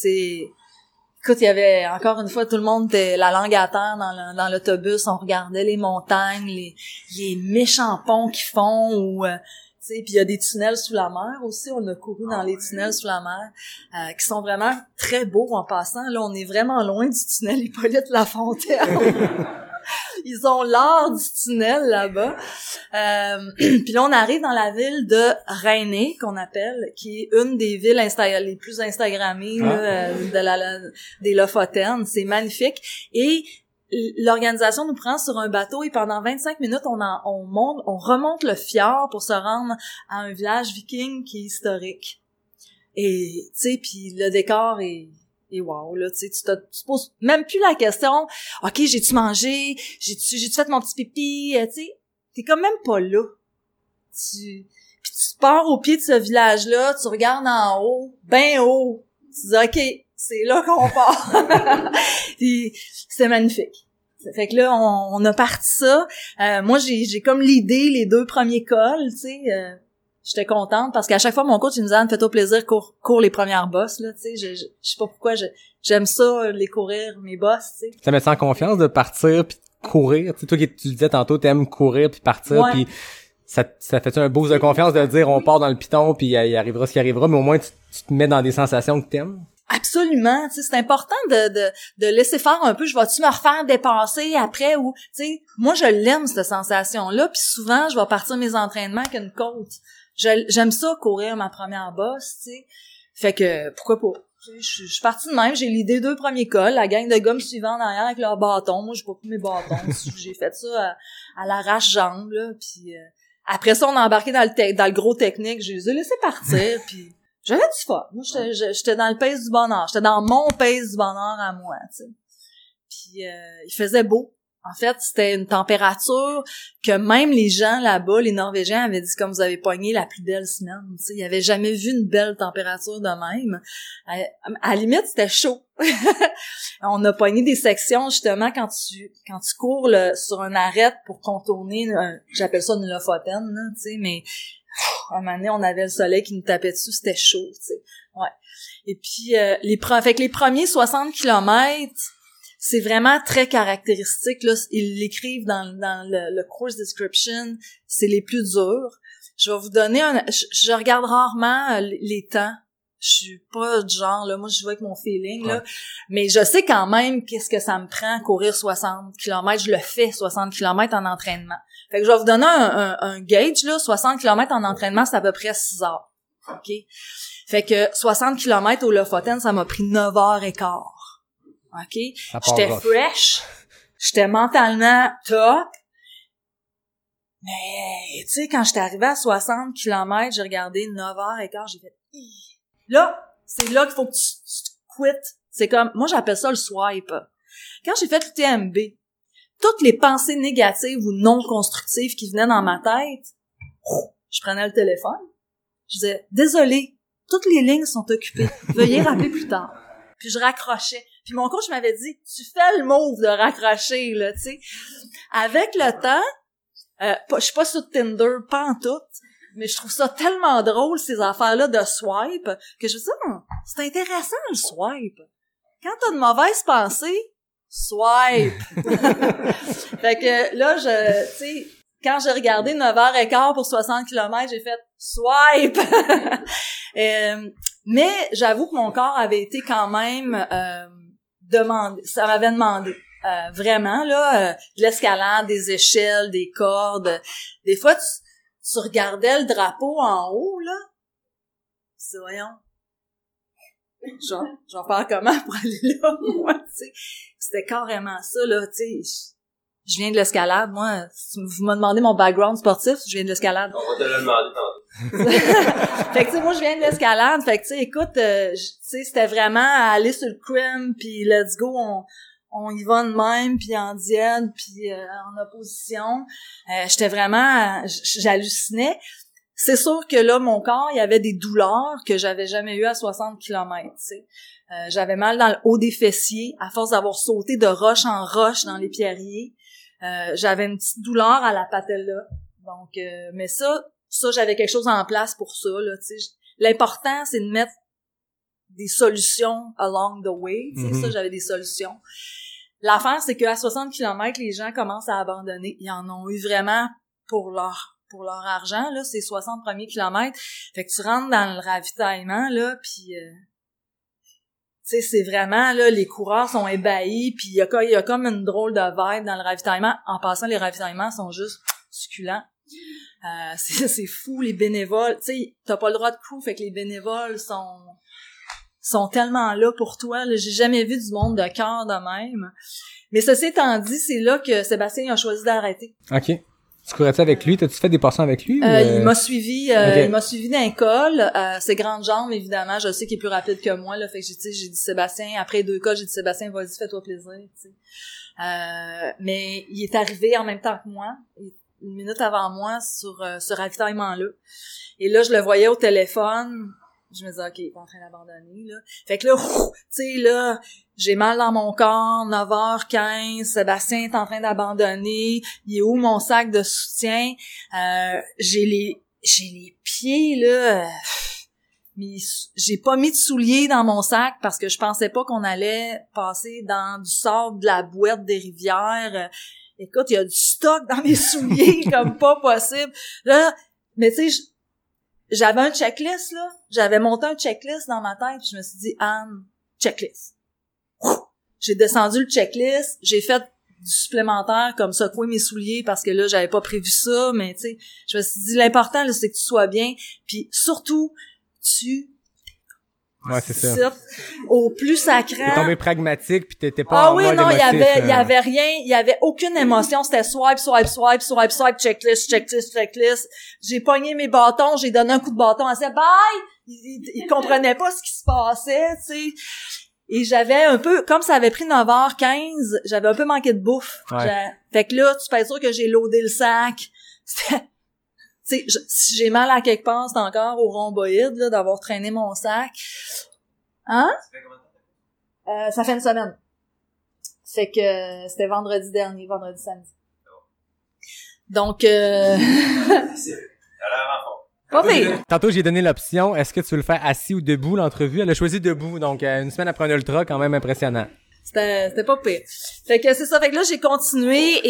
Écoute, il y avait, encore une fois, tout le monde était la langue à terre dans l'autobus. On regardait les montagnes, les méchants ponts qu'ils font ou... puis il y a des tunnels sous la mer aussi, on a couru dans les tunnels sous la mer, qui sont vraiment très beaux en passant. Là, on est vraiment loin du tunnel Hippolyte-Lafontaine. Ils ont l'art du tunnel là-bas. Puis là, on arrive dans la ville de Rainé, qu'on appelle, qui est une des villes les plus instagrammées là, des Lofoten. C'est magnifique. Et l'organisation nous prend sur un bateau et pendant 25 minutes, on remonte le fjord pour se rendre à un village viking qui est historique. Et, tu sais, puis le décor est wow, là, tu sais, tu te poses même plus la question, OK, j'ai-tu mangé? J'ai-tu fait mon petit pipi? Tu sais, t'es quand même pas là. Puis tu pars au pied de ce village-là, tu regardes en haut, ben haut. Tu dis, OK, c'est là qu'on part. Puis c'est magnifique. Fait que là, on a parti ça. Moi, j'ai comme l'idée, les 2 premiers cols, tu sais. J'étais contente parce qu'à chaque fois, mon coach, il nous dit, fais-toi plaisir, cours les premières bosses, là, tu sais. Je sais pas pourquoi, j'aime ça, les courir, mes bosses, tu sais. Ça met en confiance de partir puis de courir. Tu sais, toi qui tu le disais tantôt, t'aimes courir puis partir, ouais. Puis ça fait un boost de confiance de dire on part dans le piton puis il arrivera ce qui arrivera, mais au moins tu te mets dans des sensations que t'aimes. Absolument, tu sais, c'est important de laisser faire un peu. Je vais-tu me refaire dépasser après ou, tu sais, moi je l'aime cette sensation-là. Puis souvent je vais partir mes entraînements avec une côte. J'aime ça courir ma première bosse, tu sais. Fait que pourquoi pas. Je suis partie de même, j'ai l'idée 2 premiers cols, la gang de gars me suivait en arrière avec leurs bâtons. Moi j'ai pas pris mes bâtons, j'ai fait ça à l'arrache-jambe là. Puis après ça on a embarqué dans le gros technique, je les ai laissés partir puis j'avais du fun. Moi, j'étais dans le pace du bonheur. J'étais dans mon pace du bonheur à moi, tu sais. Puis, il faisait beau. En fait, c'était une température que même les gens là-bas, les Norvégiens, avaient dit comme vous avez pogné la plus belle semaine. Tu sais, ils avaient jamais vu une belle température de même. À la limite, c'était chaud. On a pogné des sections justement quand tu cours sur un arête pour contourner, j'appelle ça une Lofoten, là, tu sais, mais à un moment donné, on avait le soleil qui nous tapait dessus, c'était chaud, tu sais. Ouais. Et puis fait que les premiers 60 kilomètres, c'est vraiment très caractéristique, là. Ils l'écrivent dans le course description. C'est les plus durs. Je vais vous donner je regarde rarement les temps. Je suis pas du genre, là. Moi, je vais avec mon feeling, là. Mais je sais quand même qu'est-ce que ça me prend courir 60 km. Je le fais, 60 km en entraînement. Fait que je vais vous donner un gauge, là. 60 km en entraînement, c'est à peu près 6 heures. OK? Fait que 60 km au Lofoten, ça m'a pris 9h15. OK? J'étais fresh. J'étais mentalement top. Mais, tu sais, quand j'étais arrivée à 60 km, j'ai regardé 9h15, j'ai fait... Là, c'est là qu'il faut que tu quittes. C'est comme... Moi, j'appelle ça le swipe. Quand j'ai fait le TMB, toutes les pensées négatives ou non constructives qui venaient dans ma tête, je prenais le téléphone. Je disais, désolé, toutes les lignes sont occupées. Veuillez rappeler plus tard. Puis je raccrochais. Puis mon coach m'avait dit, tu fais le move de raccrocher, là, tu sais. Avec le temps, je suis pas sur Tinder, pas en tout, mais je trouve ça tellement drôle, ces affaires-là de swipe, que je me dis, c'est intéressant, le swipe. Quand t'as une mauvaise pensée, swipe. Fait que là, tu sais, quand j'ai regardé 9h15 pour 60 km, j'ai fait swipe. Mais j'avoue que mon corps avait été quand même demandé, ça m'avait demandé vraiment là de l'escalade, des échelles, des cordes. Des fois tu regardais le drapeau en haut là. C'est voyons. Je vais faire comment pour aller là, moi, tu sais. C'était carrément ça là, tu sais. Je viens de l'escalade, moi. Vous m'avez demandé mon background sportif, je viens de l'escalade. On va te le demander tantôt. Fait que, tu sais, moi, je viens de l'escalade. Fait que, tu sais, écoute, tu sais, c'était vraiment aller sur le crim, puis let's go, on y va de même, puis en diède, puis en opposition. J'étais vraiment... J'hallucinais. C'est sûr que là, mon corps, il y avait des douleurs que j'avais jamais eues à 60 km, tu sais. J'avais mal dans le haut des fessiers, à force d'avoir sauté de roche en roche dans les pierriers. J'avais une petite douleur à la patella. Donc, mais ça, j'avais quelque chose en place pour ça, là, tu sais. L'important, c'est de mettre des solutions along the way, tu sais. Ça, j'avais des solutions. L'affaire, c'est qu'à 60 km, les gens commencent à abandonner. Ils en ont eu vraiment pour leur argent, là, ces 60 premiers kilomètres. Fait que tu rentres dans le ravitaillement, là, puis... tu sais, c'est vraiment, là, les coureurs sont ébahis, puis il y a comme une drôle de vibe dans le ravitaillement. En passant, les ravitaillements sont juste succulents. C'est fou, les bénévoles. Tu sais, t'as pas le droit de crew, fait que les bénévoles sont tellement là pour toi. Là. J'ai jamais vu du monde de cœur de même. Mais ceci étant dit, c'est là que Sébastien a choisi d'arrêter. OK. Tu courais-tu avec lui? T'as-tu fait des passants avec lui? Il m'a suivi, okay. Il m'a suivi dans un col. Ses grandes jambes, évidemment, je sais qu'il est plus rapide que moi, là. Fait que j'ai dit Sébastien, après 2 cols, j'ai dit Sébastien, vas-y, fais-toi plaisir, tu sais. Mais il est arrivé en même temps que moi, une minute avant moi, sur ce ravitaillement-là. Et là, je le voyais au téléphone. Je me disais, OK, il est pas en train d'abandonner, là. Fait que là, tu sais, là, j'ai mal dans mon corps, 9h15, Sébastien est en train d'abandonner, il est où mon sac de soutien? J'ai les pieds, là, mais j'ai pas mis de souliers dans mon sac parce que je pensais pas qu'on allait passer dans du sable de la boîte des rivières. Écoute, il y a du stock dans mes souliers comme pas possible. Là, mais tu sais, j'avais un checklist, là. J'avais monté un checklist dans ma tête, puis je me suis dit, Anne, checklist. J'ai descendu le checklist, j'ai fait du supplémentaire, comme secouer mes souliers, parce que là, j'avais pas prévu ça, mais tu sais, je me suis dit, l'important, là, c'est que tu sois bien, puis surtout, ouais, c'est ça. Au plus sacrant. T'es tombé pragmatique puis t'étais pas en mode non, émotif, il y avait rien, il y avait aucune émotion, c'était swipe, checklist. J'ai pogné mes bâtons, j'ai donné un coup de bâton à Seb, bye! Il comprenait pas ce qui se passait, tu sais. Et j'avais un peu, comme ça avait pris 9h15, j'avais un peu manqué de bouffe. Ouais. Fait que là, tu peux être sûr que j'ai loadé le sac. Si j'ai mal à quelque part, c'est encore au rhomboïde, là, d'avoir traîné mon sac. Hein? Ça fait une semaine. Fait que c'était vendredi dernier, vendredi samedi. Donc, pas pire. Tantôt, j'ai donné l'option, est-ce que tu veux le faire assis ou debout, l'entrevue? Elle a choisi debout, donc une semaine après un ultra, quand même impressionnant. C'était pas pire. Fait que c'est ça. Fait que là, j'ai continué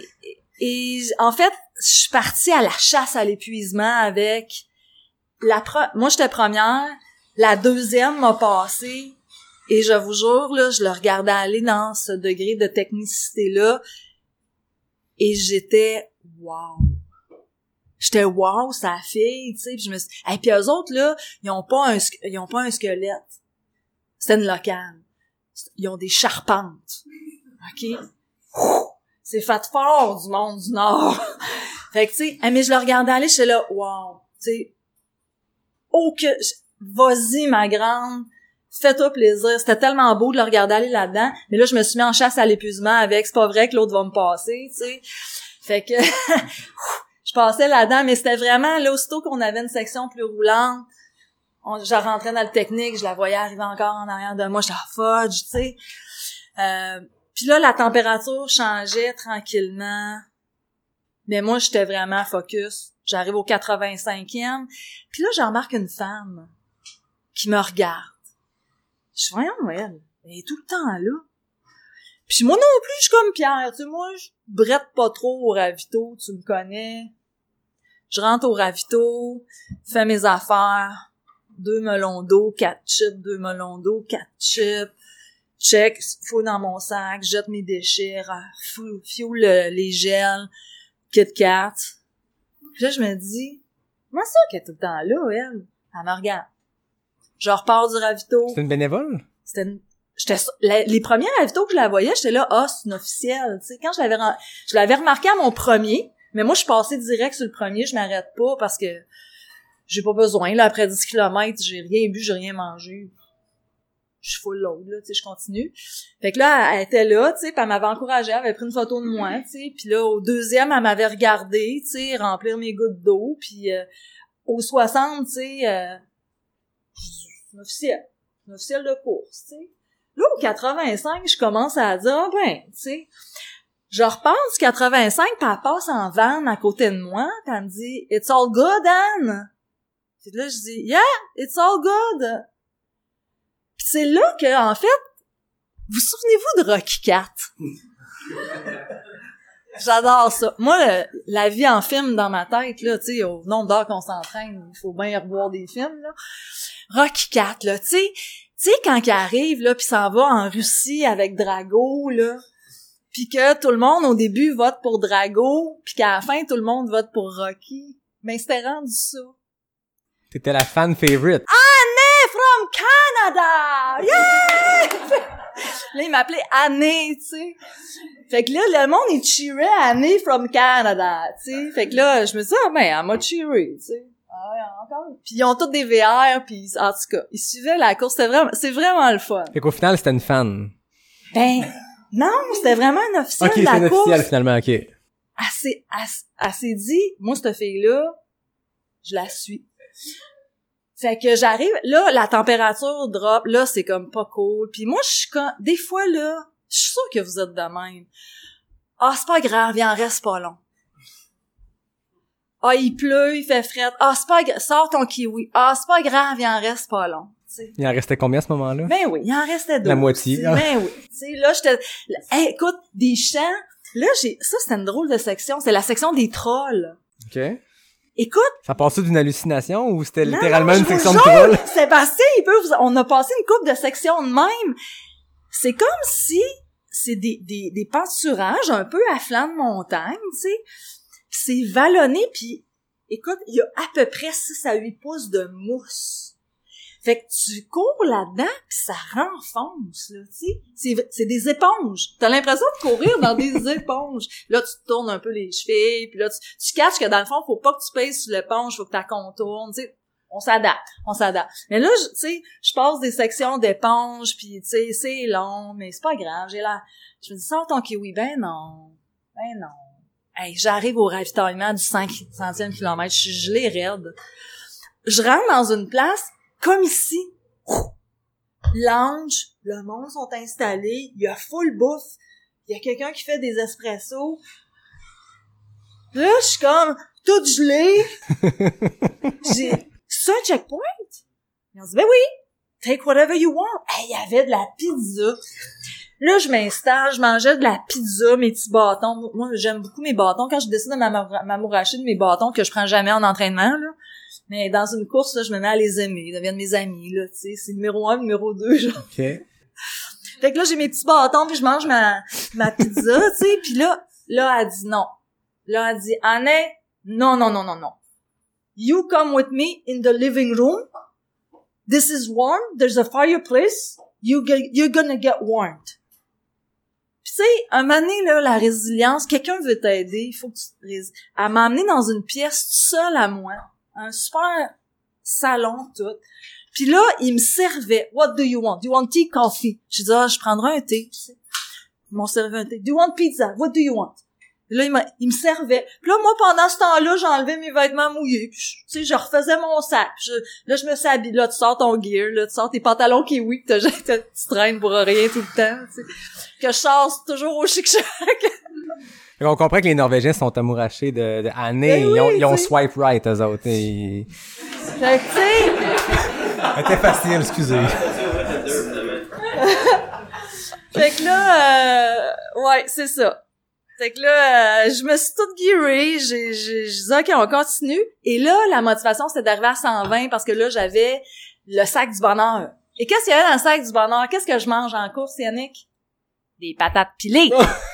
et en fait, je suis partie à la chasse à l'épuisement avec moi, j'étais première. La deuxième m'a passé. Et je vous jure, là, je le regardais aller dans ce degré de technicité-là. Et j'étais wow. J'étais wow, sa fille, tu sais, puis je me suis et puis eux autres là, ils ont pas un squelette. C'était une locale. Ils ont des charpentes. OK? C'est fait fort du monde du Nord. Fait que tu sais, mais je le regardais aller, j'étais là wow, tu sais. Vas-y ma grande, fais-toi plaisir. C'était tellement beau de le regarder aller là-dedans, mais là je me suis mis en chasse à l'épuisement avec c'est pas vrai que l'autre va me passer, tu sais. Fait que je passais là-dedans, mais c'était vraiment, là, aussitôt qu'on avait une section plus roulante, je rentrais dans le technique, je la voyais arriver encore en arrière de moi, j'étais fudge, tu sais. Puis là, la température changeait tranquillement, mais moi, j'étais vraiment focus. J'arrive au 85e, puis là, je remarque une femme qui me regarde. Je suis voyons, elle est tout le temps là. Puis moi non plus, je suis comme Pierre, tu sais, moi, je brette pas trop au ravito, tu me connais. Je rentre au ravito, fais mes affaires, 2 melons d'eau, 4 chips, 2 melons d'eau, 4 chips, check, fouille dans mon sac, jette mes déchets, fioule les gels, Kit Kat. Puis là, je me dis, comment ça qu'elle est tout le temps là, elle? Elle me regarde. Je repars du ravito. C'est une bénévole? Les premiers ravitaux que je la voyais, j'étais là, c'est une officielle, tu sais. Quand je l'avais remarqué à mon premier, mais moi, je suis passée direct sur le premier, je m'arrête pas parce que j'ai pas besoin, là, après 10 kilomètres, j'ai rien bu, j'ai rien mangé. Je suis full load, là, tu sais, je continue. Fait que là, elle était là, tu sais, puis elle m'avait encouragée, elle avait pris une photo de moi, tu sais, puis là, au deuxième, elle m'avait regardé, tu sais, remplir mes gouttes d'eau, puis au 60, tu sais, une officielle de course, tu sais. Là, au 85, je commence à dire, tu sais, je repars du 85, puis elle passe en van à côté de moi, puis elle me dit, « It's all good, Anne! » Puis là, je dis, « Yeah, it's all good! » Puis c'est là que, en fait, vous souvenez-vous de Rocky IV? J'adore ça. Moi, la vie en film dans ma tête, là, tu sais, au nombre d'heures qu'on s'entraîne, il faut bien revoir des films, là. Rocky IV, là, tu sais, quand il arrive, là, pis s'en va en Russie avec Drago, là, pis que tout le monde, au début, vote pour Drago, pis qu'à la fin, tout le monde vote pour Rocky. Ben, c'était rendu ça. T'étais la fan favorite. Anne from Canada! Yeah! Là, il m'appelait Anne, tu sais. Fait que là, le monde, il cheerait Anne from Canada, tu sais. Fait que là, je me disais, elle m'a cheeré, tu sais. Ah ouais, encore. Puis ils ont tous des VR, puis en tout cas, ils suivaient la course, c'est vraiment le fun. Fait qu'au final, c'était une fan. Ben, non, c'était vraiment une officielle de la course. Ok, c'est une officielle finalement, ok. Elle s'est dit, moi, cette fille-là, je la suis. Fait que j'arrive, là, la température drop, là, c'est comme pas cool. Puis moi, je suis comme, des fois, là, je suis sûre que vous êtes de même. C'est pas grave, il en reste pas long. Il pleut, il fait fret. C'est pas grave, sors ton kiwi. C'est pas grave, il en reste pas long. T'sais. Il en restait combien à ce moment-là? Ben oui, il en restait 2. La moitié. Ben oui. Tu sais, là, j'étais... Hey, écoute, des champs... Là, ça, c'était une drôle de section. C'est la section des trolls. OK. Écoute... Ça passait d'une hallucination ou c'était littéralement une section de trolls? C'est passé, on a passé une couple de sections de même. C'est comme si... C'est des pâturages un peu à flanc de montagne, tu sais. C'est vallonné, puis écoute, il y a à peu près 6 à 8 pouces de mousse. Fait que tu cours là-dedans, puis ça renfonce, là, tu sais. C'est des éponges. T'as l'impression de courir dans des éponges. Là, tu te tournes un peu les chevilles, puis là, tu catches que dans le fond, faut pas que tu pèses sur l'éponge, faut que tu la contournes, tu sais. on s'adapte. Mais là, tu sais, je passe des sections d'éponge, puis tu sais, c'est long, mais c'est pas grave. Je me dis, sors ton kiwi. Ben non. Hey, j'arrive au ravitaillement du 100e kilomètre, je suis gelée raide. Je rentre dans une place, comme ici. Lounge, le monde sont installés, il y a full bouffe, il y a quelqu'un qui fait des espressos. Là, je suis comme toute gelée. C'est un checkpoint? Ils ont dit, ben oui, take whatever you want. Hey, il y avait de la pizza. Là, je m'installe, je mangeais de la pizza, mes petits bâtons. Moi, j'aime beaucoup mes bâtons. Quand je décide de m'amouracher de mes bâtons que je prends jamais en entraînement, là. Mais dans une course, là, je me mets à les aimer. Ils deviennent mes amis, là, tu sais. C'est numéro 1, numéro 2, genre. OK. Fait que là, j'ai mes petits bâtons, puis je mange ma pizza, tu sais. Puis là, elle dit non. Là, elle dit, Anne, non. You come with me in the living room. This is warm. There's a fireplace. You're gonna get warmed. Puis tu sais, un moment donné, là, la résilience, quelqu'un veut t'aider, il faut que tu te elle m'a amené dans une pièce seule à moi. Un super salon, tout. Puis là, il me servait. What do you want? Do you want tea, coffee? J'ai dit, je prendrai un thé. Ils m'ont servi un thé. Do you want pizza? What do you want? Et là, il me servait. Puis là, moi, pendant ce temps-là, j'enlevais mes vêtements mouillés. Puis, tu sais, je refaisais mon sac. Là, je me suis habillée. Là, tu sors ton gear. Là, tu sors tes pantalons kiwi que tu traînes pour rien tout le temps. Tu sais. Que je sors toujours au chic-chac. On comprend que les Norvégiens sont amourachés de Anne. Ben oui, ils ont swipe right, eux autres. Et... Fait que, tu sais... C'était facile, excusez. Fait que là, ouais, c'est ça. Fait que là, je me suis toute gearée, j'ai dit OK, on continue. Et là, la motivation, c'était d'arriver à 120 parce que là, j'avais le sac du bonheur. Et qu'est-ce qu'il y avait dans le sac du bonheur? Qu'est-ce que je mange en course, Yannick? Des patates pilées.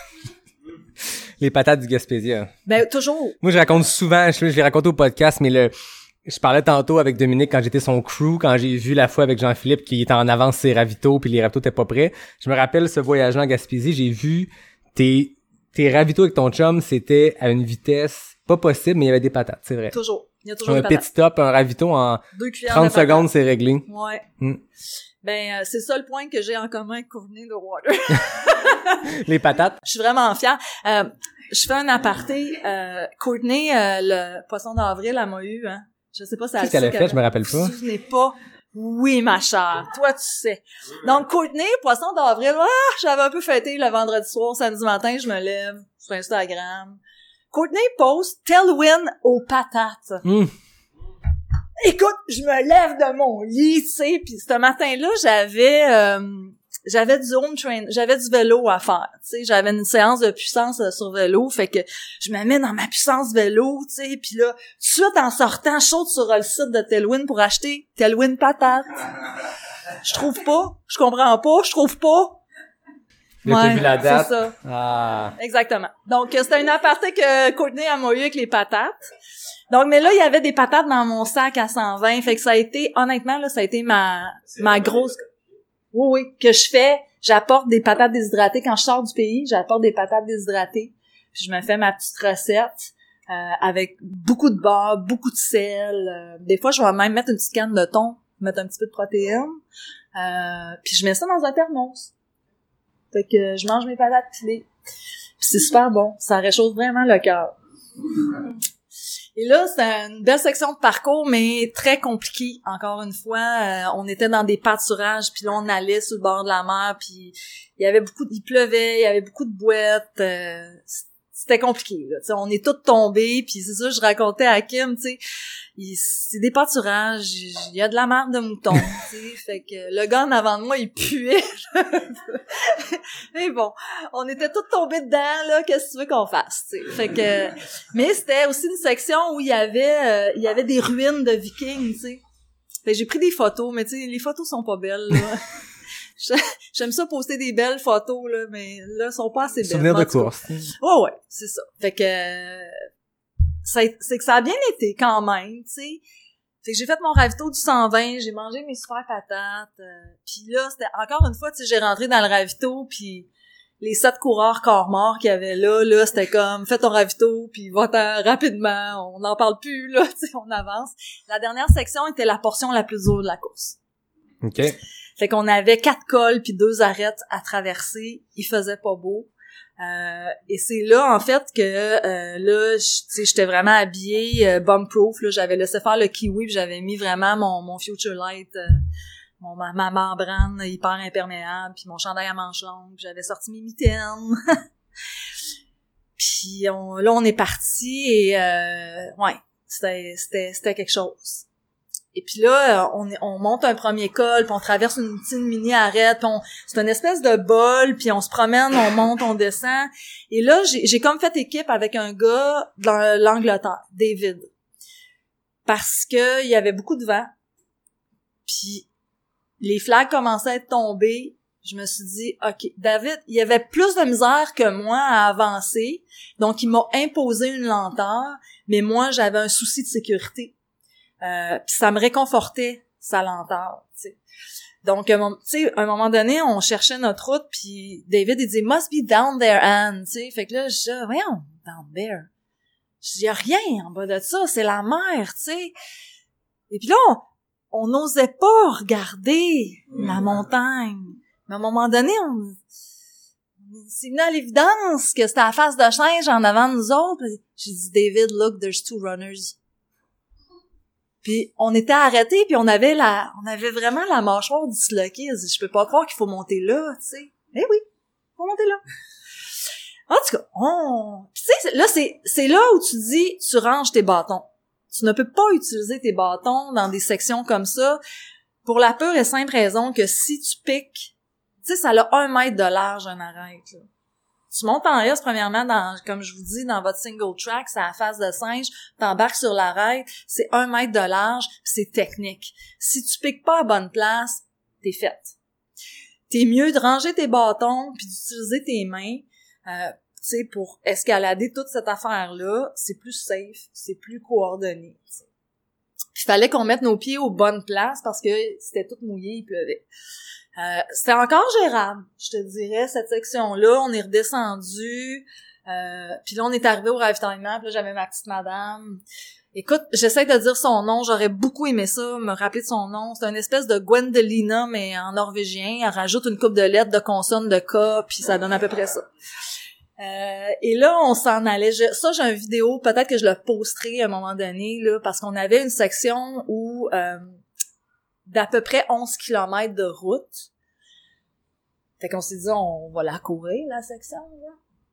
Les patates du Gaspésia. Ben, toujours. Moi, je raconte souvent, je l'ai raconté au podcast, mais je parlais tantôt avec Dominique quand j'étais son crew, quand j'ai vu la fois avec Jean-Philippe qui était en avance ses ravitaux puis les ravitaux étaient pas prêts. Je me rappelle ce voyage-là en Gaspésie, j'ai vu tes ravitaux avec ton chum, c'était à une vitesse pas possible, mais il y avait des patates, c'est vrai. Toujours. Il y a toujours Un des patates. petit top, un ravito en 30 secondes, c'est réglé. Ouais. Mm. Ben, c'est ça le point que j'ai en commun avec Courtney de Water. Les patates. Je suis vraiment fière. Je fais un aparté. Courtney, le poisson d'avril, elle m'a eu, hein. Je sais pas si elle a fait, je me rappelle pas. Je me souviens pas. Oui, ma chère. Toi, tu sais. Donc, Courtney, poisson d'avril, j'avais un peu fêté le vendredi soir, samedi matin, je me lève sur Instagram. Courtney poste Tailwind aux patates. Mm. Écoute, je me lève de mon lit, tu sais, puis ce matin-là, j'avais du home train, j'avais du vélo à faire, tu sais, j'avais une séance de puissance sur vélo, fait que je me mets dans ma puissance vélo, tu sais, puis là, tout de suite en sortant, je saute sur le site de Tailwind pour acheter Tailwind patates. Je trouve pas, je comprends pas, je trouve pas. Là, t'as vu la date. C'est ça. Ah. Exactement. Donc, c'était une aparté que Courtney a eu avec les patates. Donc, mais là, il y avait des patates dans mon sac à 120. Fait que ça a été, honnêtement, là, ça a été ma grosse... Oui, que je fais. J'apporte des patates déshydratées. Quand je sors du pays, j'apporte des patates déshydratées. Puis je me fais ma petite recette avec beaucoup de beurre, beaucoup de sel. Des fois, je vais même mettre une petite canne de thon, mettre un petit peu de protéines. Puis je mets ça dans un thermos. Fait que je mange mes patates pilées. Puis c'est super bon. Ça réchauffe vraiment le cœur. Et là, c'était une belle section de parcours, mais très compliquée. Encore une fois, on était dans des pâturages, puis là, on allait sur le bord de la mer, puis il pleuvait, il y avait beaucoup de boîtes. C'était compliqué, là. T'sais, on est tous tombés, puis c'est ça, je racontais à Kim, tu sais, c'est des pâturages, il y a de la merde de mouton, tu sais, fait que le gars en avant de moi, il puait. Mais bon, on était tous tombés dedans, là, qu'est-ce que tu veux qu'on fasse, tu sais. Fait que, mais c'était aussi une section où il y avait des ruines de vikings, tu sais. Fait que j'ai pris des photos, mais tu sais, les photos sont pas belles, là. J'aime ça poster des belles photos, là, mais là, elles sont pas assez belles. Souvenir de course. Ouais, c'est ça. Fait que, c'est que ça a bien été quand même, tu sais. Fait que j'ai fait mon ravito du 120, j'ai mangé mes super patates, puis là, c'était encore une fois, tu sais, j'ai rentré dans le ravito, puis les 7 coureurs corps morts qu'il y avait là, c'était comme, fais ton ravito, puis va-t'en rapidement, on n'en parle plus, là, tu sais, on avance. La dernière section était la portion la plus dure de la course. OK. Fait qu'on avait 4 cols puis 2 arêtes à traverser. Il faisait pas beau. Et c'est là, en fait, que là, j'étais vraiment habillée bomb-proof. Là, j'avais laissé faire le kiwi, puis j'avais mis vraiment mon Future Light, ma membrane hyper imperméable, puis mon chandail à manches longues, puis j'avais sorti mes mitaines. Puis là, on est parti et ouais, c'était quelque chose. Et puis là, on monte un premier col, puis on traverse une petite mini-arrête, puis c'est une espèce de bol, puis on se promène, on monte, on descend. Et là, j'ai comme fait équipe avec un gars dans l'Angleterre, David. Parce que il y avait beaucoup de vent, puis les flags commençaient à être tombées. Je me suis dit, OK, David, il y avait plus de misère que moi à avancer, donc il m'a imposé une lenteur, mais moi, j'avais un souci de sécurité. Puis ça me réconfortait sa lenteur, tu sais. Donc tu sais, à un moment donné, on cherchait notre route, puis David il dit must be down there, Anne, tu sais. Fait que là je dis voyons, down there. Je dis y a rien en bas de ça, c'est la mer, tu sais. Et puis là on n'osait pas regarder la montagne. Mais à un moment donné, c'est venu à l'évidence que c'était la face de singe en avant de nous autres. J'ai dit David, look, there's 2 runners. Puis on était arrêtés, puis on avait vraiment la mâchoire disloquée. Je peux pas croire qu'il faut monter là, tu sais. Eh oui, faut monter là. En tout cas, tu sais, là c'est là où tu dis, tu ranges tes bâtons. Tu ne peux pas utiliser tes bâtons dans des sections comme ça pour la pure et simple raison que si tu piques, tu sais, ça a 1 mètre de large un arête, là. Tu montes en S, premièrement, comme je vous dis, dans votre single track, c'est à la face de singe, t'embarques sur l'arête, c'est 1 mètre de large, pis c'est technique. Si tu piques pas à bonne place, t'es faite. T'es mieux de ranger tes bâtons puis d'utiliser tes mains, tu sais, pour escalader toute cette affaire-là. C'est plus safe, c'est plus coordonné, t'sais. Puis fallait qu'on mette nos pieds aux bonnes places parce que c'était tout mouillé, il pleuvait. C'était encore gérable, je te dirais, cette section-là. On est redescendu, puis là, on est arrivé au ravitaillement, puis là, j'avais ma petite madame. Écoute, j'essaie de dire son nom, j'aurais beaucoup aimé ça, me rappeler de son nom. C'est une espèce de Gwendelina, mais en norvégien. Elle rajoute une couple de lettres, de consonnes, de K, puis ça donne à peu près ça. Et là, on s'en allait. J'ai une vidéo, peut-être que je le posterai à un moment donné, là, parce qu'on avait une section où... d'à peu près 11 km de route. Fait qu'on s'est dit, on va la courir, la section, là.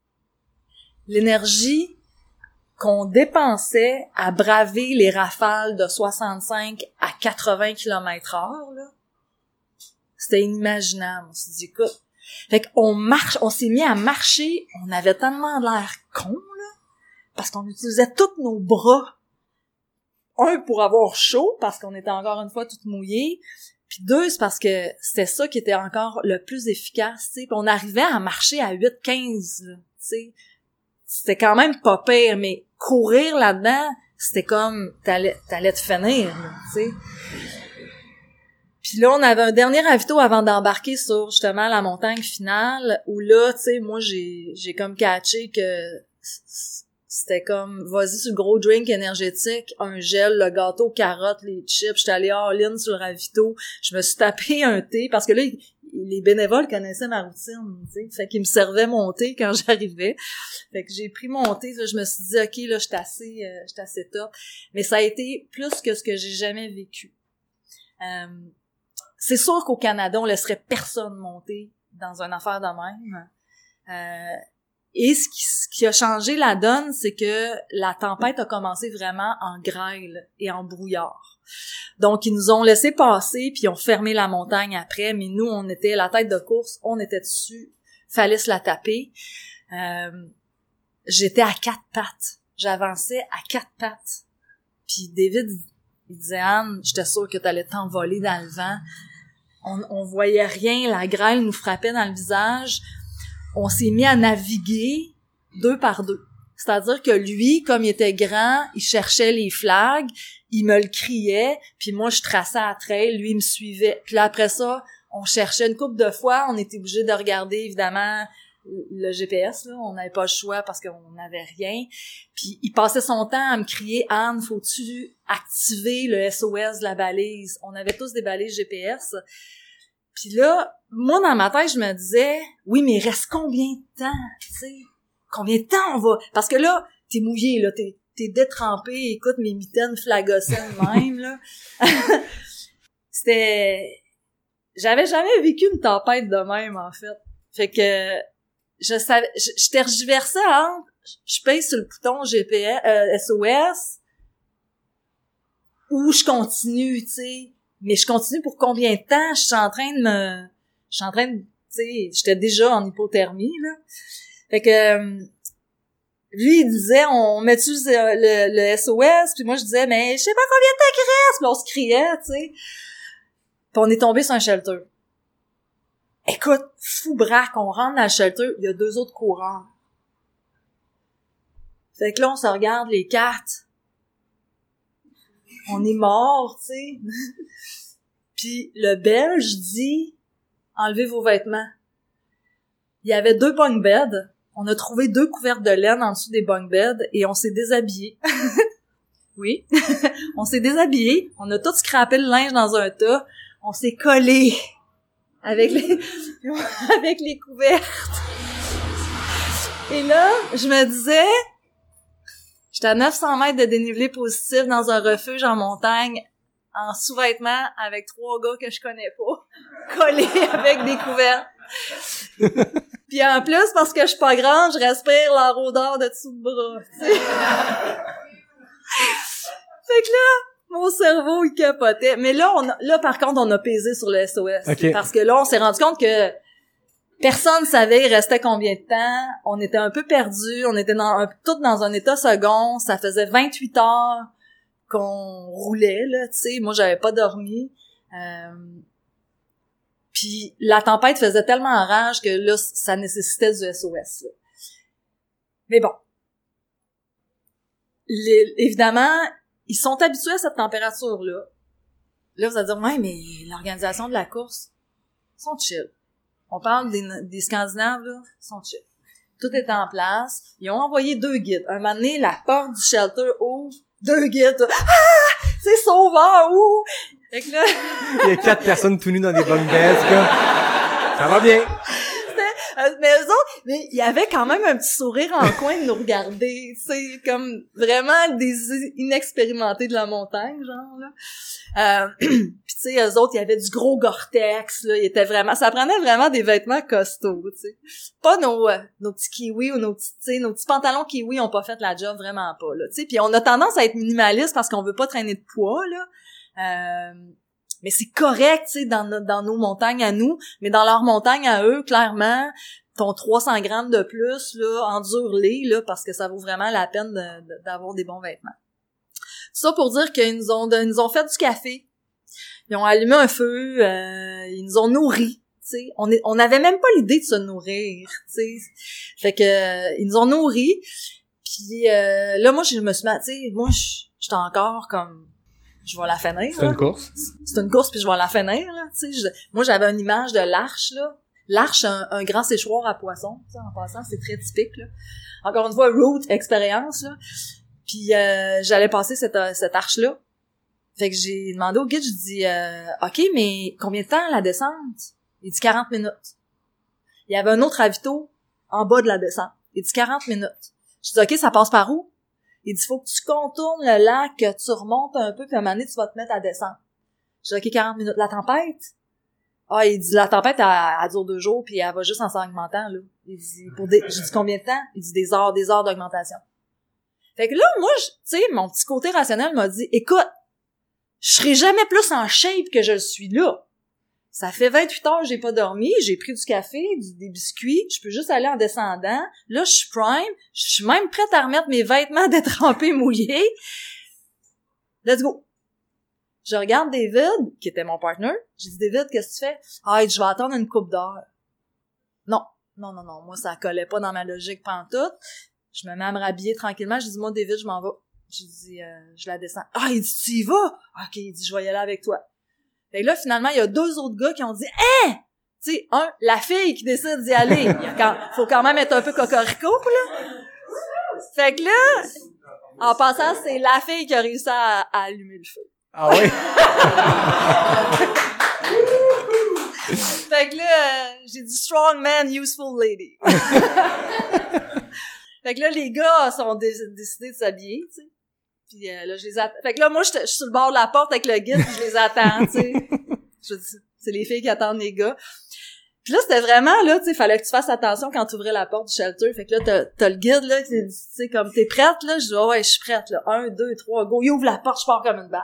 L'énergie qu'on dépensait à braver les rafales de 65 à 80 km/h, là, c'était inimaginable. On s'est dit, écoute, fait qu'on on s'est mis à marcher, on avait tellement l'air con, là, parce qu'on utilisait tous nos bras. 1, pour avoir chaud, parce qu'on était encore une fois toutes mouillées, puis 2, c'est parce que c'était ça qui était encore le plus efficace, tu sais. Puis on arrivait à marcher à 8-15, là, tu sais. C'était quand même pas pire, mais courir là-dedans, c'était comme, t'allais te finir, là, tu sais. Puis là, on avait un dernier ravito avant d'embarquer sur, justement, la montagne finale, où là, tu sais, moi, j'ai comme catché que c'était comme, vas-y sur le gros drink énergétique, un gel, le gâteau, carottes, les chips. J'étais allée all-in sur le ravito. Je me suis tapé un thé parce que là, les bénévoles connaissaient ma routine, tu sais. Fait qu'ils me servaient mon thé quand j'arrivais. Fait que j'ai pris mon thé. Là, je me suis dit, OK, là, j'étais assez top. Mais ça a été plus que ce que j'ai jamais vécu. C'est sûr qu'au Canada, on laisserait personne monter dans une affaire de même. Et ce qui a changé la donne, c'est que la tempête a commencé vraiment en grêle et en brouillard. Donc, ils nous ont laissé passer, puis ils ont fermé la montagne après, mais nous, on était la tête de course, on était dessus, fallait se la taper. J'étais à 4 pattes. J'avançais à 4 pattes. Puis David, il disait, Anne, j'étais sûre que t'allais t'envoler dans le vent. On voyait rien, la grêle nous frappait dans le visage. On s'est mis à naviguer 2 par 2. C'est-à-dire que lui, comme il était grand, il cherchait les flags, il me le criait, puis moi, je traçais à trail, lui, il me suivait. Puis là, après ça, on cherchait une couple de fois, on était obligé de regarder, évidemment, le GPS, là. On n'avait pas le choix parce qu'on n'avait rien. Puis il passait son temps à me crier « Anne, faut-tu activer le SOS de la balise? » On avait tous des balises GPS. Puis là, moi, dans ma tête, je me disais « Oui, mais il reste combien de temps? Tu sais, combien de temps on va? » Parce que là, t'es mouillé, là, t'es détrempé. Écoute, mes mitaines flagossaient même, là. J'avais jamais vécu une tempête de même, en fait. Fait que je tergiversais entre je paye sur le bouton GPS, SOS, ou je continue, tu sais. Mais je continue pour combien de temps? Je suis en train de, tu sais, j'étais déjà en hypothermie, là. Fait que, lui, il disait, on met-tu le SOS? Puis moi, je disais, mais je sais pas combien de temps qu'il reste. Puis on se criait, tu sais. Puis on est tombé sur un shelter. Écoute, fou braque, on rentre dans le shelter, il y a 2 autres coureurs. Fait que là, on se regarde les cartes. On est morts, tu sais. Puis le Belge dit, enlevez vos vêtements. Il y avait 2 bunk beds. On a trouvé 2 couvertes de laine en dessous des bunk beds et on s'est déshabillés. Oui. On s'est déshabillés. On a tout scrappé le linge dans un tas. On s'est collés avec les couvertes. Et là, je me disais, j'étais à 900 mètres de dénivelé positif dans un refuge en montagne, en sous-vêtements, avec 3 gars que je connais pas, collés avec des couvertes. Puis en plus, parce que je suis pas grande, je respire la rôdeur de dessous le bras, tu sais. Fait que là, mon cerveau, il capotait. Mais là, par contre, on a pesé sur le SOS. Okay. Parce que là, on s'est rendu compte que personne savait il restait combien de temps. On était un peu perdus. On était tous dans un état second. Ça faisait 28 heures qu'on roulait, là, tu sais. Moi, j'avais pas dormi. Puis la tempête faisait tellement rage que là, ça nécessitait du SOS, là. Mais bon. Évidemment, ils sont habitués à cette température-là. Là, vous allez dire, ouais, mais l'organisation de la course, ils sont chill. On parle des Scandinaves, là, ils sont chill. Tout est en place. Ils ont envoyé 2 guides. Un moment donné, la porte du shelter ouvre, 2 guides. Ah! C'est sauveur, ouh! Fait que là... Il y a 4 personnes tout nues dans des bunk beds, comme... Ça va bien. Mais eux autres, mais il y avait quand même un petit sourire en coin de nous regarder, tu sais, comme vraiment des inexpérimentés de la montagne, genre, là. Puis tu sais, eux autres, il y avait du gros Gore-Tex, là, il était vraiment, ça prenait vraiment des vêtements costauds, tu sais. Pas nos petits kiwis ou nos petits pantalons kiwis ont pas fait la job, vraiment pas, là, tu sais. Puis on a tendance à être minimaliste parce qu'on veut pas traîner de poids, là. Mais c'est correct, tu sais, dans nos montagnes à nous, mais dans leurs montagnes à eux, clairement, ton 300 grammes de plus, là, endure-les, là, parce que ça vaut vraiment la peine d'avoir des bons vêtements. Ça pour dire qu'ils nous ont fait du café, ils ont allumé un feu, ils nous ont nourris, tu sais. On n'avait même pas l'idée de se nourrir, tu sais. Fait que, ils nous ont nourris, puis là, moi, je me suis dit, tu sais, moi, j'étais encore comme... Je vais la finir. C'est une course. C'est une course, puis je vais la finir, là, tu sais. Moi, j'avais une image de l'Arche, là. L'Arche, un grand séchoir à poissons, tu sais, en passant, c'est très typique, là. Encore une fois, route, expérience, là. Puis, j'allais passer cette arche-là. Fait que j'ai demandé au guide, je dis, OK, mais combien de temps la descente? Il dit 40 minutes. Il y avait un autre ravito en bas de la descente. Il dit 40 minutes. Je dis, OK, ça passe par où? Il dit, faut que tu contournes le lac, que tu remontes un peu, puis à un moment donné, tu vas te mettre à descendre. Je dis, OK, 40 minutes. La tempête? Ah, il dit, la tempête, elle dure 2 jours, puis elle va juste en s'augmentant, là. Il dit, je dis, combien de temps? Il dit, des heures d'augmentation. Fait que là, moi, tu sais, mon petit côté rationnel m'a dit, écoute, je serai jamais plus en shape que je le suis là. Ça fait 28 heures que j'ai pas dormi, j'ai pris du café, des biscuits, je peux juste aller en descendant. Là, je suis prime, je suis même prête à remettre mes vêtements détrempés mouillés. Let's go. Je regarde David, qui était mon partner. J'ai dit, David, qu'est-ce que tu fais? Ah, je vais attendre une couple d'heures. Non, moi, ça collait pas dans ma logique pantoute. Je me mets à me rhabiller tranquillement. Je dis, moi, David, je m'en vais. J'ai dit, je la descends. Ah, il dit, tu y vas? OK, il dit, je vais y aller avec toi. Fait que là, finalement, il y a 2 autres gars qui ont dit, « Hey! tu sais, la fille qui décide d'y aller, faut quand même être un peu cocorico, là. Fait que là, en passant, c'est la fille qui a réussi à allumer le feu. Ah oui? Fait que là, j'ai dit strong man, useful lady. Fait que là, les gars sont décidés de s'habiller, tu sais. Puis là, je les attends. Fait que là, moi, je suis sur le bord de la porte avec le guide, puis je les attends, tu sais. Je dis, c'est les filles qui attendent les gars. Puis là, c'était vraiment, là, tu sais, fallait que tu fasses attention quand tu ouvrais la porte du shelter. Fait que là, t'as le guide, là, qui dit, tu sais, comme, t'es prête, là? Je dis, oh, ouais, je suis prête, là. 1, 2, 3, go. Il ouvre la porte, je pars comme une balle.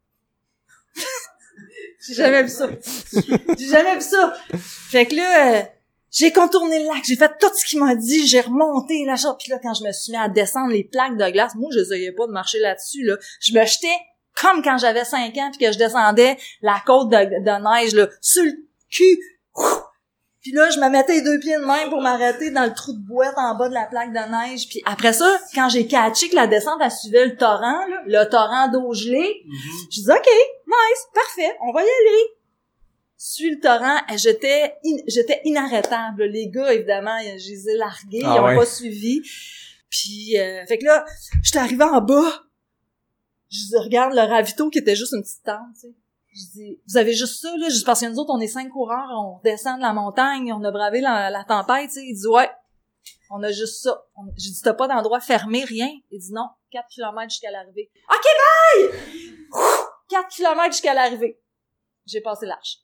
J'ai jamais vu ça. Fait que là, j'ai contourné le lac, j'ai fait tout ce qu'il m'a dit, j'ai remonté la chose. Puis là, quand je me suis mis à descendre les plaques de glace, moi, je n'essayais pas de marcher là-dessus, là. Je me jetais comme quand j'avais 5 ans, puis que je descendais la côte de neige, là, sur le cul. Puis là, je me mettais les 2 pieds de même pour m'arrêter dans le trou de boîte en bas de la plaque de neige. Puis après ça, quand j'ai catché que la descente, elle suivait le torrent, là, le torrent d'eau gelée, je dis « OK, nice, parfait, on va y aller. » Suis le torrent, j'étais inarrêtable. Les gars, évidemment, je les ai largués, ils ont pas suivi. Puis, fait que là, j'étais arrivée en bas, je regarde le ravito qui était juste une petite tente, tu sais. Je dis, vous avez juste ça, là? Juste parce que nous autres, on est 5 coureurs, on descend de la montagne, on a bravé la tempête, tu sais. Il dit, ouais, on a juste ça. J'ai dit, t'as pas d'endroit fermé, rien? Il dit, non, 4 km jusqu'à l'arrivée. OK, bye! 4 km jusqu'à l'arrivée. J'ai passé l'âge.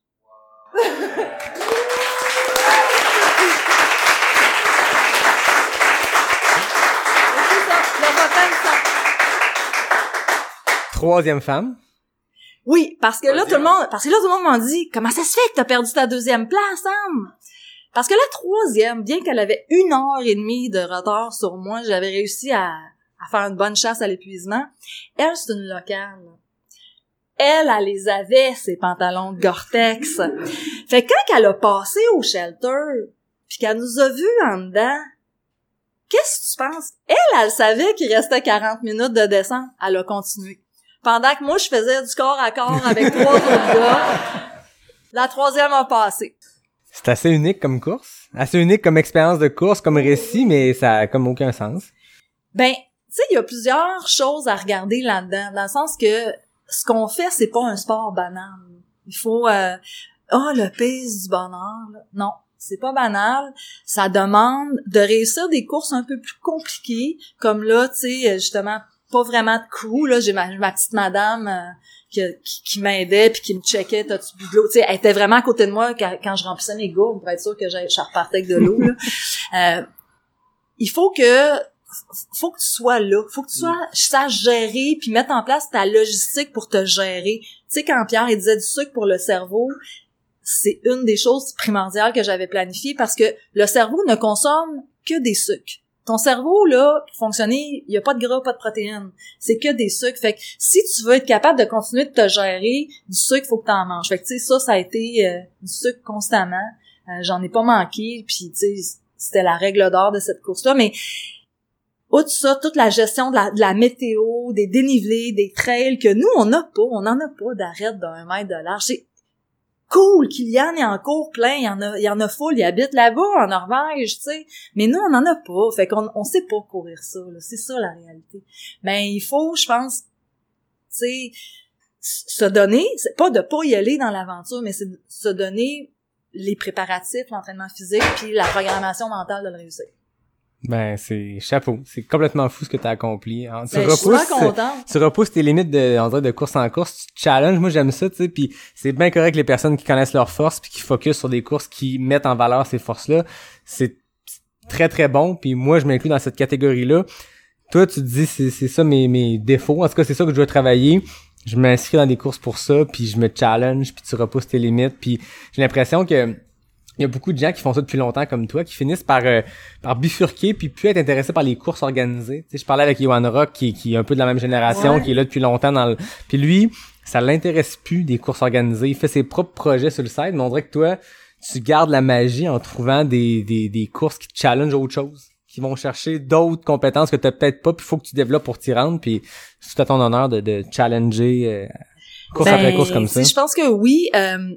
Troisième femme. Oui, parce que là, tout le monde m'a dit, comment ça se fait que t'as perdu ta 2e place, Anne? Parce que la 3e, bien qu'elle avait 1h30 de retard sur moi, j'avais réussi à faire une bonne chasse à l'épuisement. Elle, c'est une locale. Elle les avait, ses pantalons de Gore-Tex. Fait que quand elle a passé au shelter, puis qu'elle nous a vus en dedans, qu'est-ce que tu penses? Elle savait qu'il restait 40 minutes de descente. Elle a continué. Pendant que moi, je faisais du corps à corps avec 3 autres gars, la 3e a passé. C'est assez unique comme course. Assez unique comme expérience de course, comme récit, mais ça a comme aucun sens. Ben, tu sais, il y a plusieurs choses à regarder là-dedans, dans le sens que ce qu'on fait, c'est pas un sport banal. Il faut, le pace du bonheur, là. Non. C'est pas banal. Ça demande de réussir des courses un peu plus compliquées, comme là, tu sais, justement, pas vraiment de crew, là. J'ai ma petite madame qui m'aidait puis qui me checkait, t'as-tu bu de l'eau? Tu sais, elle était vraiment à côté de moi quand je remplissais mes gourdes pour être sûr que je repartais avec de l'eau, là. Il faut que tu sois là. Faut que tu saches gérer puis mettre en place ta logistique pour te gérer. Tu sais, quand Pierre, il disait du sucre pour le cerveau, c'est une des choses primordiales que j'avais planifiées parce que le cerveau ne consomme que des sucres. Ton cerveau, là, pour fonctionner, il y a pas de gras, pas de protéines. C'est que des sucres. Fait que si tu veux être capable de continuer de te gérer, du sucre, faut que t'en manges. Fait que, tu sais, ça a été du sucre constamment. J'en ai pas manqué. Puis, tu sais, c'était la règle d'or de cette course-là. Mais, outre ça, toute la gestion de la météo, des dénivelés, des trails que nous, on n'en a pas d'arrêt d'1 mètre de large. C'est cool, Kylian est en cours plein, il y en a full, il habite là-bas, en Norvège, tu sais. Mais nous, on n'en a pas. Fait qu'on sait pas courir ça, là. C'est ça, la réalité. Ben, il faut, je pense, tu sais, se donner, c'est pas de pas y aller dans l'aventure, mais c'est de se donner les préparatifs, l'entraînement physique, puis la programmation mentale de le réussir. Ben, c'est chapeau. C'est complètement fou ce que t'as accompli. Je suis super contente. Tu repousses tes limites de course en course, tu challenges. Moi, j'aime ça, tu sais, puis c'est bien correct les personnes qui connaissent leurs forces puis qui focusent sur des courses qui mettent en valeur ces forces-là. C'est très, très bon, puis moi, je m'inclus dans cette catégorie-là. Toi, tu te dis, c'est ça mes défauts. En tout cas, c'est ça que je dois travailler. Je m'inscris dans des courses pour ça, puis je me challenge, puis tu repousses tes limites, puis j'ai l'impression que il y a beaucoup de gens qui font ça depuis longtemps comme toi, qui finissent par bifurquer puis plus être intéressés par les courses organisées. Tu sais, je parlais avec Yohan Rock qui est un peu de la même génération, qui est là depuis longtemps puis lui, ça l'intéresse plus des courses organisées. Il fait ses propres projets sur le site, mais on dirait que toi, tu gardes la magie en trouvant des courses qui te challengent autre chose, qui vont chercher d'autres compétences que t'as peut-être pas, puis il faut que tu développes pour t'y rendre, puis c'est tout à ton honneur de challenger course après course comme ça. Je pense que oui. Tu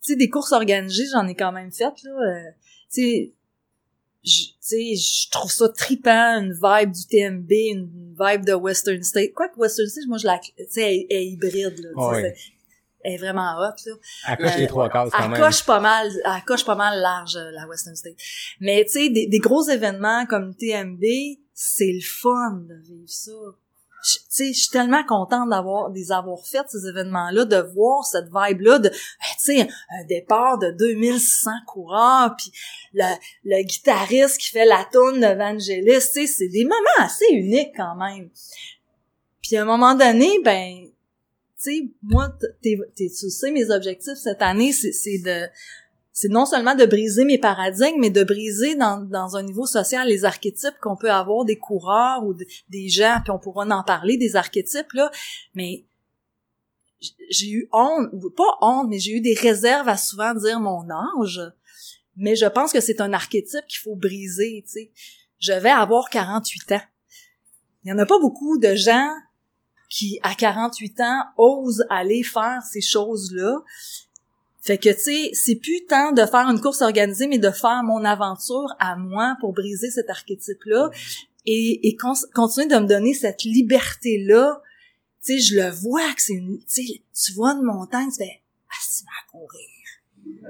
sais, des courses organisées, j'en ai quand même faites, là. Tu sais, je trouve ça trippant, une vibe du TMB, une vibe de Western State. Quoique Western State, moi, tu sais, elle est hybride, là. Oh, oui. Elle est vraiment hot, là. Elle coche les 3 cases, quand même. Elle coche pas mal large, la Western State. Mais, tu sais, des gros événements comme TMB, c'est le fun de vivre ça. Tu sais, je suis tellement contente d'avoir fait ces événements-là, de voir cette vibe-là de, tu sais, un départ de 2600 coureurs, puis le guitariste qui fait la tourne de Vangelis, tu sais, c'est des moments assez uniques quand même. Puis à un moment donné, ben, tu sais, moi, tu sais, mes objectifs cette année, c'est non seulement de briser mes paradigmes, mais de briser dans un niveau social les archétypes qu'on peut avoir des coureurs ou des gens, puis on pourra en parler, des archétypes, là. Mais j'ai eu mais j'ai eu des réserves à souvent dire mon âge. Mais je pense que c'est un archétype qu'il faut briser, tu sais. Je vais avoir 48 ans. Il y en a pas beaucoup de gens qui, à 48 ans, osent aller faire ces choses-là. Fait que, tu sais, c'est plus tant de faire une course organisée, mais de faire mon aventure à moi pour briser cet archétype-là et continuer de me donner cette liberté-là. Tu sais, je le vois que c'est une... Tu sais, tu vois une montagne, tu fais « Ah, c'est à courir! »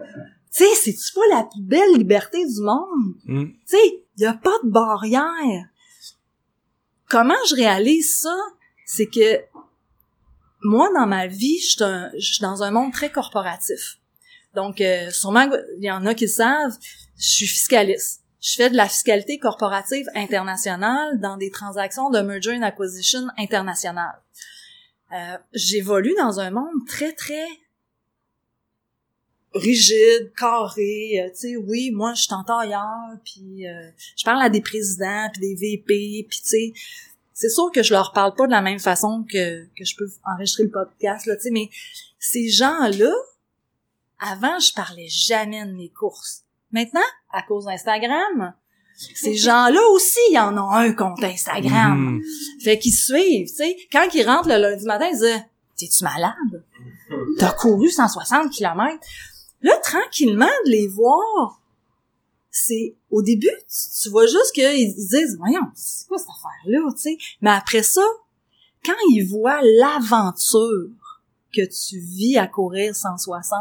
Tu sais, c'est-tu pas la plus belle liberté du monde? Tu sais, il y a pas de barrière. Comment je réalise ça? C'est que moi, dans ma vie, je suis dans un monde très corporatif. Donc, sûrement, il y en a qui le savent, je suis fiscaliste. Je fais de la fiscalité corporative internationale dans des transactions de merger and acquisition internationales. J'évolue dans un monde très, très rigide, carré. Tu sais, oui, moi, je suis en tailleur, puis je parle à des présidents, puis des VP, puis tu sais, c'est sûr que je leur parle pas de la même façon que je peux enregistrer le podcast, là, tu sais, mais ces gens-là, avant, je parlais jamais de mes courses. Maintenant, à cause d'Instagram, ces gens-là aussi, ils en ont un compte Instagram. Fait qu'ils suivent, tu sais. Quand ils rentrent le lundi matin, ils disent « T'es-tu malade? T'as couru 160 km? » Là, tranquillement, de les voir, c'est... Au début, tu vois juste qu'ils disent « Voyons, c'est quoi cette affaire-là? » tu sais. Mais après ça, quand ils voient l'aventure que tu vis à courir 160,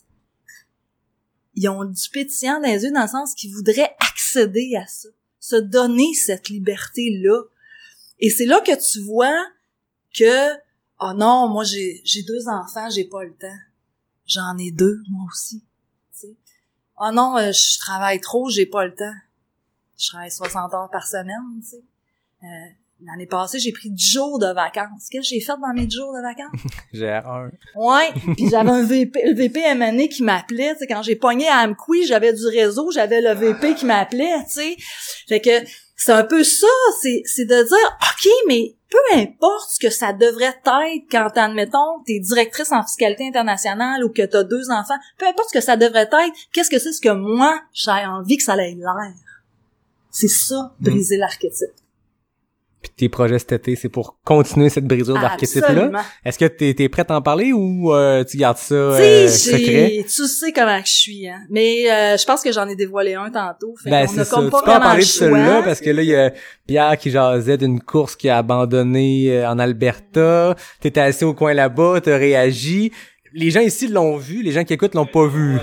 ils ont du pétillant dans les yeux dans le sens qu'ils voudraient accéder à ça, se donner cette liberté-là. Et c'est là que tu vois que « Oh non, moi j'ai 2 enfants, j'ai pas le temps. J'en ai 2, moi aussi. » Oh non, je travaille trop, j'ai pas le temps. Je travaille 60 heures par semaine, tu sais. L'année passée, j'ai pris 10 jours de vacances. Qu'est-ce que j'ai fait dans mes 10 jours de vacances? GR1. Ouais, puis j'avais le VP M&A qui m'appelait, tu sais, quand j'ai pogné à Amqui, j'avais du réseau, j'avais le VP qui m'appelait, tu sais. Fait que c'est un peu ça, c'est de dire, OK, mais peu importe ce que ça devrait être quand, admettons, t'es directrice en fiscalité internationale ou que t'as 2 enfants, peu importe ce que ça devrait être, qu'est-ce que c'est ce que moi, j'ai envie que ça ait l'air? C'est ça, briser l'archétype. Puis tes projets cet été, c'est pour continuer cette brisure d'archétype-là. Est-ce que t'es prête à en parler ou tu gardes ça secret? Tu sais comment je suis, hein. Mais je pense que j'en ai dévoilé un tantôt. Fait ben, qu'on c'est a ça. comme Tu pas peux en vraiment parler le de celui-là, choix. parce que là, il y a Pierre qui jasait d'une course qui a abandonné en Alberta. T'étais assis au coin là-bas, t'as réagi. Les gens ici l'ont vu, les gens qui écoutent l'ont pas vu.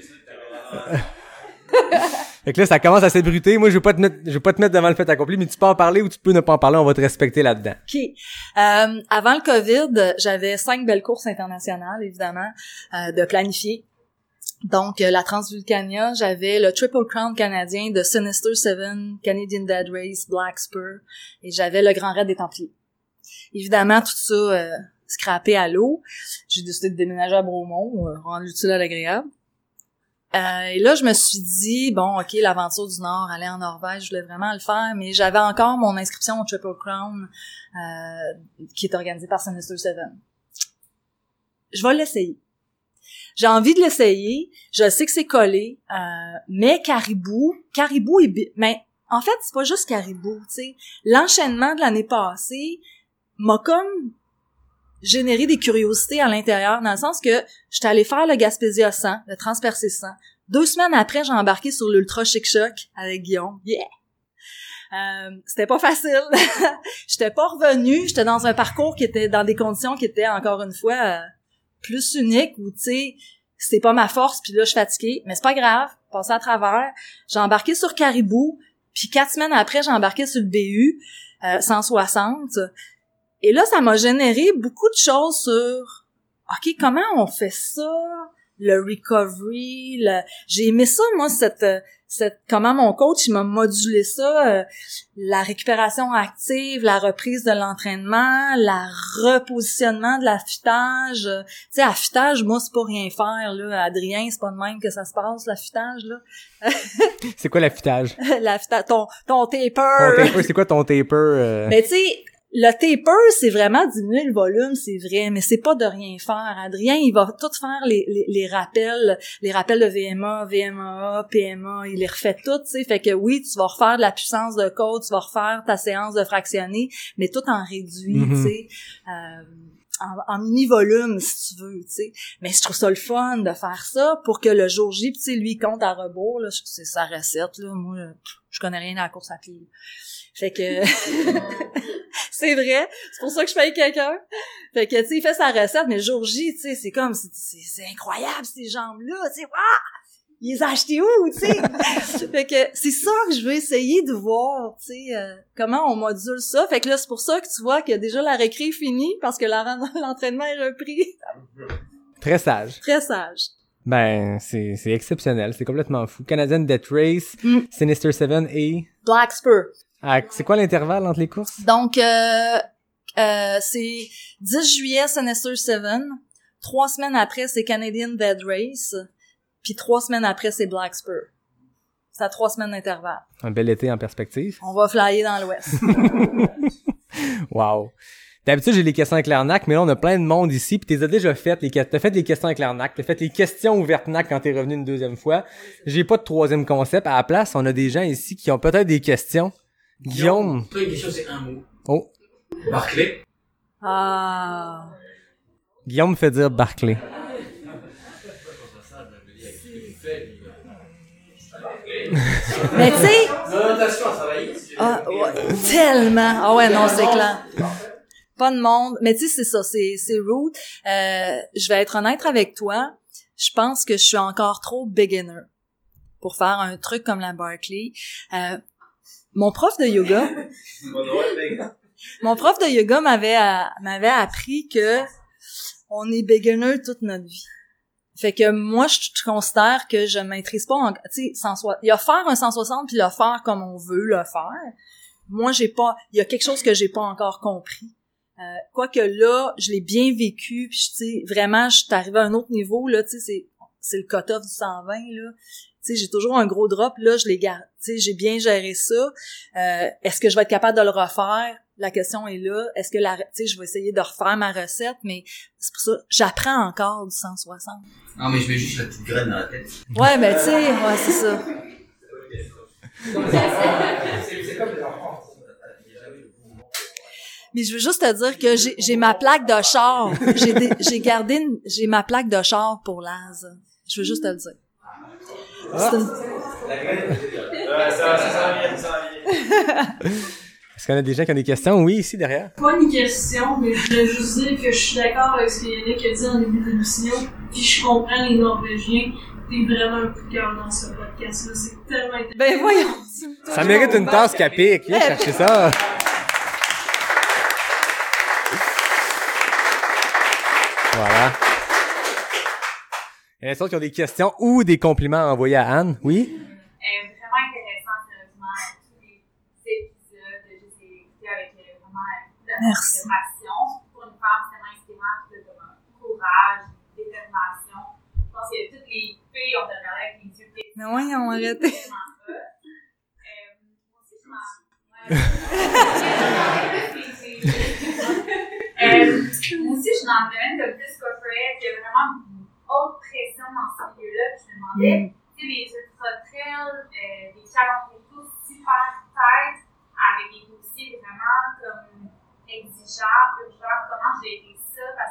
Fait que là, ça commence à s'ébruiter. Moi, je vais pas te mettre devant le fait accompli, mais tu peux en parler ou tu peux ne pas en parler, on va te respecter là-dedans. OK. Avant le COVID, j'avais 5 belles courses internationales, évidemment, de planifier. Donc, la Transvulcania, j'avais le Triple Crown canadien de Sinister Seven, Canadian Dead Race, Black Spur, et j'avais le Grand Raid des Templiers. Évidemment, tout ça scrappé à l'eau. J'ai décidé de déménager à Bromont, rendre l'utile à l'agréable. Et là, je me suis dit, bon, OK, l'aventure du Nord, aller en Norvège, je voulais vraiment le faire, mais j'avais encore mon inscription au Triple Crown qui est organisée par Sinister Seven. Je vais l'essayer. J'ai envie de l'essayer. Je sais que c'est collé, mais Caribou mais en fait, c'est pas juste Caribou, tu sais. L'enchaînement de l'année passée m'a comme... généré des curiosités à l'intérieur, dans le sens que j'étais allée faire le Gaspésia 100, le Transpercé 100. 2 semaines après, j'ai embarqué sur l'Ultra Chic Choc avec Guillaume. Yeah! C'était pas facile. J'étais pas revenue. J'étais dans un parcours qui était dans des conditions qui étaient, encore une fois, plus uniques, où, tu sais, c'était pas ma force, puis là, je suis fatiguée. Mais c'est pas grave. Passé à travers. J'ai embarqué sur Caribou, puis 4 semaines après, j'ai embarqué sur le BU 160. Et là, ça m'a généré beaucoup de choses sur OK, comment on fait ça? Le recovery, j'ai aimé ça, moi, cette comment mon coach, il m'a modulé ça, la récupération active, la reprise de l'entraînement, la repositionnement de l'affûtage. Tu sais, affûtage, moi, c'est pas rien faire, là. Adrien, c'est pas de même que ça se passe, l'affûtage, là. C'est quoi l'affûtage? L'affûtage, ton taper. Ton taper, c'est quoi ton taper? Mais tu sais, le taper, c'est vraiment diminuer le volume, c'est vrai, mais c'est pas de rien faire. Adrien, il va tout faire les rappels de VMA, VMA, PMA, il les refait tout, tu sais. Fait que oui, tu vas refaire de la puissance de côte, tu vas refaire ta séance de fractionné, mais tout en réduit, tu sais. En mini-volume, si tu veux, tu sais. Mais je trouve ça le fun de faire ça pour que le jour J, tu sais, lui, compte à rebours, là, c'est sa recette, là. Moi, je connais rien à la course à pied, là. Fait que c'est vrai, c'est pour ça que je paye quelqu'un. Fait que tu sais, il fait sa recette, mais le jour J, tu sais, c'est comme c'est incroyable ces jambes-là, tu sais, waouh! Il les a achetées où, tu sais? Fait que c'est ça que je veux essayer de voir, tu sais, comment on module ça. Fait que là, c'est pour ça que tu vois que déjà la récré est finie parce que l'entraînement est repris. Très sage. Très sage. Ben, c'est exceptionnel, c'est complètement fou. Canadian Death Race, Sinister 7 et Black Spur. Ah, c'est quoi l'intervalle entre les courses? Donc, c'est 10 juillet, Sinister 7. 3 semaines après, c'est Canadian Dead Race. Puis 3 semaines après, c'est Black Spur. C'est à 3 semaines d'intervalle. Un bel été en perspective. On va flyer dans l'Ouest. Wow. D'habitude, j'ai les questions avec l'arnaque, mais là, on a plein de monde ici, pis t'es déjà fait t'as fait les questions avec l'arnaque, t'as fait les questions ouvertes NAC quand t'es revenu une deuxième fois. J'ai pas de troisième concept. À la place, on a des gens ici qui ont peut-être des questions. Guillaume. Toi, une question, c'est un mot. Oh. Barclay. Ah. Guillaume me fait dire Barclay. Mais tu sais. L'orientation à travailler. Ah, ouais, tellement. Ah ouais, non, c'est clair. Pas de monde. Mais tu sais, c'est ça, c'est rude. Je vais être honnête avec toi. Je pense que je suis encore trop beginner pour faire un truc comme la Barclay. Mon prof de yoga m'avait appris que on est beginner toute notre vie. Fait que moi, je considère que je maîtrise pas, tu sais, il y a faire un 160 puis le faire comme on veut le faire. Moi, il y a quelque chose que j'ai pas encore compris. Quoique là, je l'ai bien vécu, puis tu sais, vraiment, je suis arrivée à un autre niveau, là, tu sais, c'est le cut-off du 120, là. Tu sais, j'ai toujours un gros drop, là, je les garde. Tu sais, j'ai bien géré ça. Est-ce que je vais être capable de le refaire? La question est là. Est-ce que tu sais, je vais essayer de refaire ma recette, mais c'est pour ça, j'apprends encore du 160. Non, mais je mets juste la petite graine dans la tête. Ouais, mais tu sais, ouais, c'est ça. C'est comme les enfants. Mais je veux juste te dire que j'ai ma plaque de char. J'ai ma plaque de char pour Laz. Je veux juste te le dire. C'est une... Ça va bien. Est-ce qu'on a des gens qui ont des questions? Oui, ici, derrière. Pas une question, mais je voulais juste dire que je suis d'accord avec ce que Yannick a dit en début de l'émission, puis je comprends les Norvégiens. T'es vraiment un coup de cœur dans ce podcast-là. C'est tellement intéressant. Ben voyons! Ça mérite une tasse capique. Viens chercher ça. Voilà. Il y en a d'autres qui ont des questions ou des compliments à envoyer à Anne. Oui? Vraiment intéressant, sérieusement, tous les épisodes, je les ai écoutés avec vraiment beaucoup d'admiration. Pour une femme, c'est tellement inspirant, de courage, détermination. Je pense que toutes les filles ont regardé avec les yeux pétillants. Mais ouais, on va arrêter. Moi aussi, je suis dans le domaine de plus corporate. Il y a vraiment une haute pression dans ce milieu-là. Puis je me demandais, tu sais, les ultra-trails, les challenges et tout, super tête, avec des dossiers vraiment comme exigeants, urgents, comment gérer ça?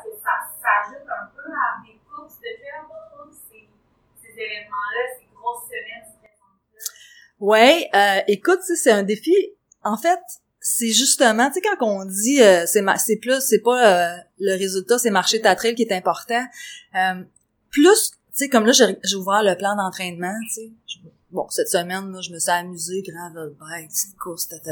événements-là, ces grosses semaines, Ouais, écoute, tu sais, c'est un défi. En fait, c'est justement, tu sais, quand on dit c'est pas le résultat, c'est marcher ta trail qui est important. Plus, tu sais, comme là, j'ai ouvert le plan d'entraînement, tu sais. Bon, cette semaine, là, je me suis amusée, gravel bike, petite course, là.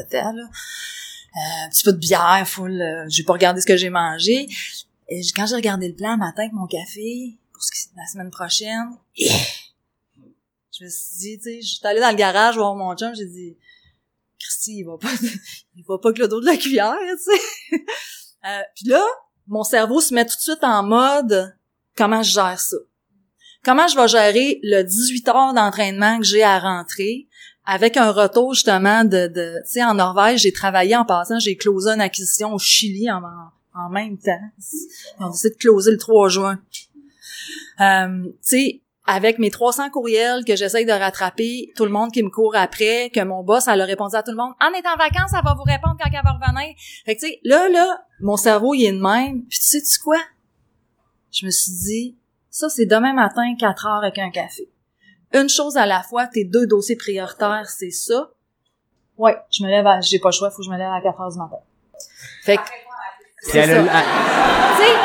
Un petit peu de bière, j'ai pas regardé ce que j'ai mangé. Et quand j'ai regardé le plan matin avec mon café, pour la semaine prochaine, je me suis dit, tu sais, je suis allée dans le garage voir mon chum, j'ai dit, Christy, il va pas que le dos de la cuillère, tu sais. Puis là, mon cerveau se met tout de suite en mode, comment je gère ça? Comment je vais gérer le 18 heures d'entraînement que j'ai à rentrer avec un retour justement de tu sais, en Norvège, j'ai travaillé en passant, j'ai closé une acquisition au Chili en même temps. On a décidé de closer le 3 juin. Tu sais, avec mes 300 courriels que j'essaye de rattraper, tout le monde qui me court après, que mon boss, elle a répondu à tout le monde, « En est en vacances, elle va vous répondre quand elle va revenir. » Fait que tu sais, là, mon cerveau, il est de même. Puis tu sais-tu quoi? Je me suis dit, ça, c'est demain matin, 4 heures avec un café. Une chose à la fois, tes 2 dossiers prioritaires, c'est ça. Ouais, j'ai pas le choix, faut que je me lève à 4 heures du matin. Fait que, c'est ça. Tu sais,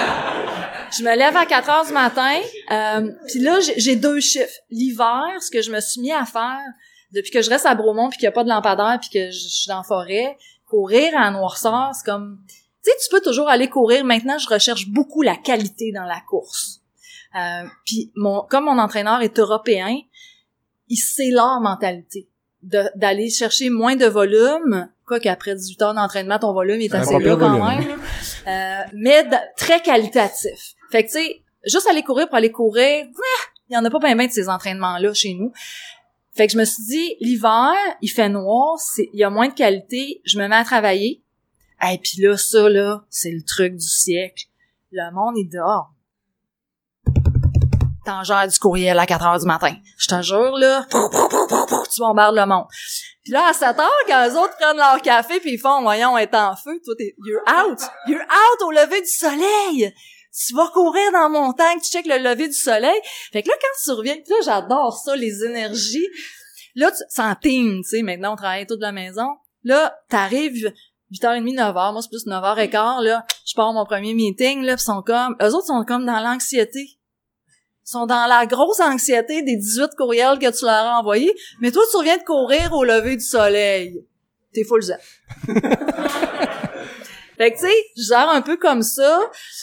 je me lève à 4 heures du matin, puis là, j'ai 2 chiffres. L'hiver, ce que je me suis mis à faire, depuis que je reste à Bromont puis qu'il n'y a pas de lampadaire puis que je suis dans la forêt, courir en noirceur, c'est comme... Tu sais, tu peux toujours aller courir. Maintenant, je recherche beaucoup la qualité dans la course. Puis comme mon entraîneur est européen, c'est leur mentalité d'aller chercher moins de volume, quoi qu'après 18 heures d'entraînement, ton volume est assez là quand même, mais très qualitatif. Fait que tu sais, juste aller courir pour aller courir, il y en a pas bien de ces entraînements-là chez nous. Fait que je me suis dit, l'hiver, il fait noir, il y a moins de qualité, je me mets à travailler. Et puis là, ça, là, c'est le truc du siècle. Le monde est dehors. T'en gères du courriel à 4 heures du matin. Je te jure, là, tu bombardes le monde. Puis là, à 7 heures, quand eux autres prennent leur café puis ils font, voyons, on est en feu, toi, you're out au lever du soleil. Tu vas courir dans la montagne, tu checkes le lever du soleil. Fait que là, quand tu reviens, là, j'adore ça, les énergies. Là, c'est en team, tu sais, maintenant, on travaille toute la maison. Là, t'arrives 8h30, 9h, moi, c'est plus 9h15, là, je pars mon premier meeting, là, pis eux autres sont comme dans l'anxiété. Ils sont dans la grosse anxiété des 18 courriels que tu leur as envoyés, mais toi, tu reviens de courir au lever du soleil. T'es full zen. Fait que, tu sais, je gère un peu comme ça.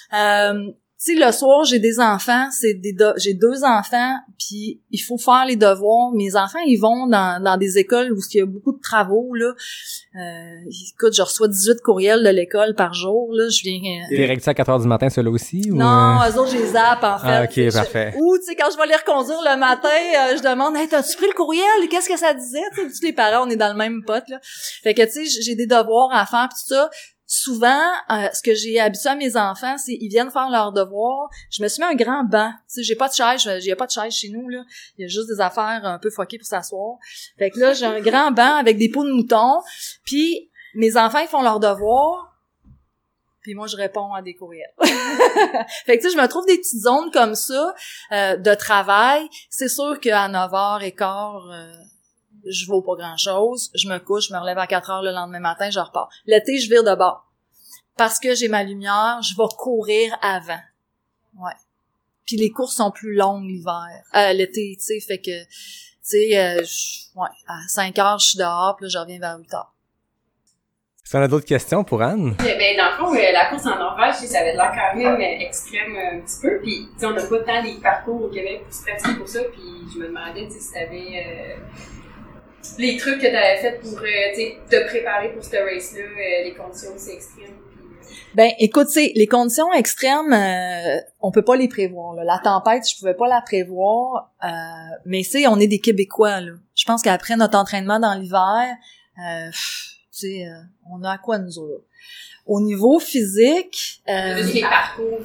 Tu sais, le soir, j'ai des enfants, j'ai 2 enfants, puis il faut faire les devoirs. Mes enfants, ils vont dans des écoles où il y a beaucoup de travaux, là. Écoute, je reçois 18 courriels de l'école par jour, là. Je viens... T'es règles ça à 4 heures du matin, ceux-là aussi? Non, eux autres, je les zappe, en fait. Ah, ok, parfait. Ou, tu sais, quand je vais les reconduire le matin, je demande, « Hey, t'as-tu pris le courriel? Qu'est-ce que ça disait? » Tu sais, tous les parents, on est dans le même pot, là. Fait que, tu sais, j'ai des devoirs à faire, pis tout ça. Souvent, ce que j'ai habitué à mes enfants, c'est ils viennent faire leurs devoirs. Je me suis mis un grand banc. Tu sais, j'ai pas de chaise, il y a pas de chaise chez nous, là. Il y a juste des affaires un peu fuckées pour s'asseoir. Fait que là, j'ai un grand banc avec des peaux de mouton. Puis mes enfants, ils font leurs devoirs. Puis moi, je réponds à des courriels. Fait que tu sais, je me trouve des petites zones comme ça de travail. C'est sûr qu'à 9h15, je vaux pas grand-chose, je me couche, je me relève à 4 heures le lendemain matin, je repars. L'été, je vire de bord. Parce que j'ai ma lumière, je vais courir avant. Ouais. Puis les courses sont plus longues l'hiver. L'été, tu sais, fait que, tu sais, à 5 heures, je suis dehors, puis là, je reviens vers 8 heures. Est-ce qu'on a d'autres questions pour Anne? Ben, dans le fond, la course en Norvège, ça avait l'air quand même extrême un petit peu, puis on n'a pas tant des parcours au Québec pour se pratiquer pour ça, puis je me demandais si t'avais... les trucs que t'avais fait pour te préparer pour cette race-là, les conditions aussi extrêmes. Ben, écoute, tu sais, les conditions extrêmes, on peut pas les prévoir, là. La tempête, je pouvais pas la prévoir, mais tu sais, on est des Québécois, là. Je pense qu'après notre entraînement dans l'hiver, tu sais, on a à quoi nous autres. Au niveau physique, les parcours,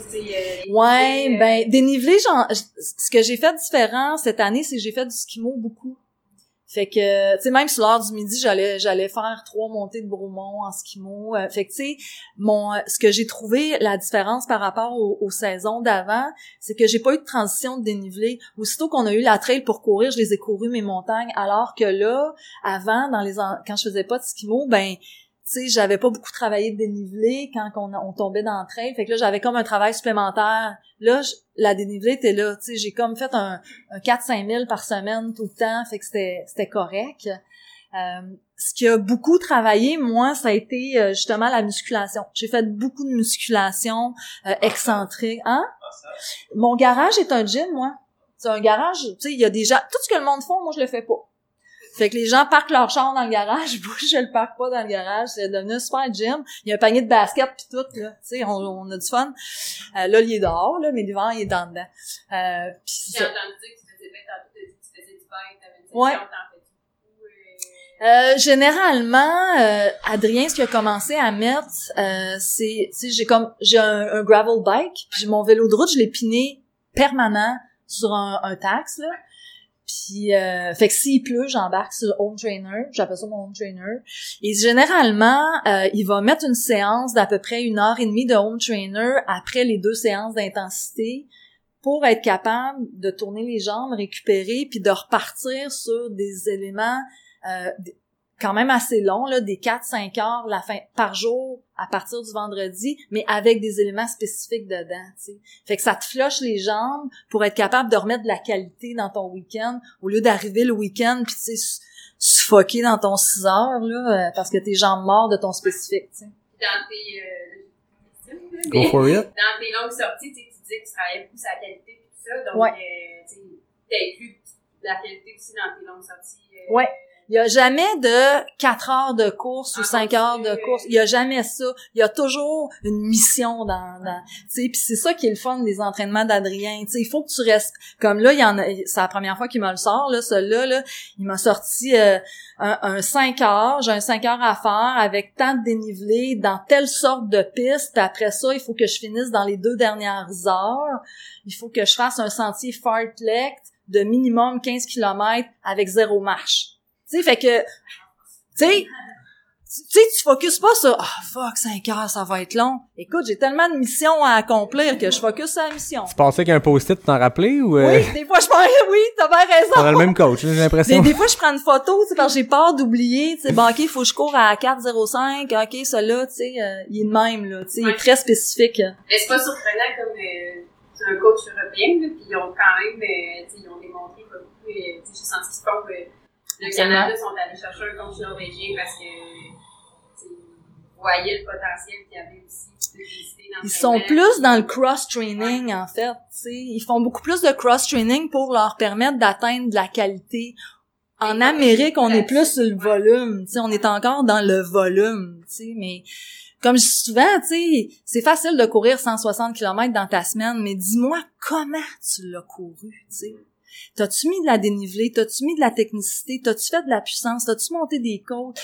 ben, dénivelé, ce que j'ai fait différent cette année, c'est que j'ai fait du skimo beaucoup. Fait que, tu sais, même sur l'heure du midi, j'allais faire 3 montées de Bromont en skimo. Fait que, tu sais, ce que j'ai trouvé, la différence par rapport aux saisons d'avant, c'est que j'ai pas eu de transition de dénivelé. Aussitôt qu'on a eu la trail pour courir, je les ai couru mes montagnes, alors que là, avant, quand je faisais pas de skimo, ben, tu sais, j'avais pas beaucoup travaillé de dénivelé quand on tombait dans le trail. Fait que là, j'avais comme un travail supplémentaire. Là, la dénivelée était là. Tu sais, j'ai comme fait un 4-5 000 par semaine tout le temps. Fait que c'était correct. Ce qui a beaucoup travaillé, moi, ça a été justement la musculation. J'ai fait beaucoup de musculation excentrique. Hein? Mon garage est un gym, moi. C'est un garage, tu sais, il y a des gens... Tout ce que le monde fait, moi, je le fais pas. Fait que les gens parquent leur char dans le garage, moi je le parque pas dans le garage, c'est devenu un super gym. Il y a un panier de basket pis tout là, tu sais, on a du fun. Là il est dehors là, mais l'hiver il est dans dedans. Pis j'ai entendu dire que tu faisais du bike, t'avais dit ouais. Généralement, Adrien, ce qu'il a commencé à mettre, c'est, tu sais, j'ai un gravel bike, puis mon vélo de route, je l'ai piné permanent sur un tax là. Puis fait que s'il pleut, j'embarque sur le home trainer, j'appelle ça mon home trainer. Et généralement, il va mettre une séance d'à peu près 1h30 de home trainer après les 2 séances d'intensité pour être capable de tourner les jambes, récupérer, puis de repartir sur des éléments quand même assez longs, là, des 4-5 heures par jour à partir du vendredi, mais avec des éléments spécifiques dedans, tu sais. Fait que ça te flush les jambes pour être capable de remettre de la qualité dans ton week-end, au lieu d'arriver le week-end puis tu sais, suffoquer dans ton 6 heures, là, parce que tes jambes mortes de ton spécifique, tu sais. Dans tes, Go for it. Dans tes longues sorties, tu disais que tu travaillais beaucoup sur la qualité et tout ça, donc, ouais. Tu as inclus la qualité aussi dans tes longues sorties. Ouais. Il y a jamais de 4 heures de course ou 5 heures de course. Il y a jamais ça. Il y a toujours une mission dans tu sais, puis c'est ça qui est le fun des entraînements d'Adrien. Tu sais, il faut que tu restes comme là, c'est la première fois qu'il me le sort là, celui-là là, il m'a sorti un 5 heures, j'ai un 5 heures à faire avec tant de dénivelé dans telle sorte de piste. Puis après ça, il faut que je finisse dans les 2 dernières heures. Il faut que je fasse un sentier fartlek de minimum 15 km avec 0 marche. Tu sais, fait que, tu focuses pas sur, fuck, 5 heures, ça va être long. Écoute, j'ai tellement de missions à accomplir que je focus sur la mission. Tu pensais qu'un post-it t'en rappelais ou Oui, des fois, oui, t'as bien raison. On a le même coach, j'ai l'impression. Des fois, je prends une photo, tu sais, parce que j'ai peur d'oublier, tu sais, bon, ok, faut que je cours à 4:05, ok, celui-là, tu sais, il est le même, là, tu sais, il est très spécifique. Mais c'est pas surprenant comme, c'est un coach européen, là, pis ils ont quand même, tu sais, ils ont démontré beaucoup, tu sais, j'ai senti qu'ils font, le Canada sont allés chercher un coach norvégien parce que ils voyaient le potentiel qu'il y avait aussi. Ils sont plus dans le cross-training, en fait. T'sais. Ils font beaucoup plus de cross-training pour leur permettre d'atteindre de la qualité. En Amérique, on est plus sur le volume. T'sais, on est encore dans le volume. T'sais, mais comme je dis souvent, t'sais, c'est facile de courir 160 km dans ta semaine, mais dis-moi comment tu l'as couru. T'sais. T'as-tu mis de la dénivelée? T'as-tu mis de la technicité? T'as-tu fait de la puissance? T'as-tu monté des côtes?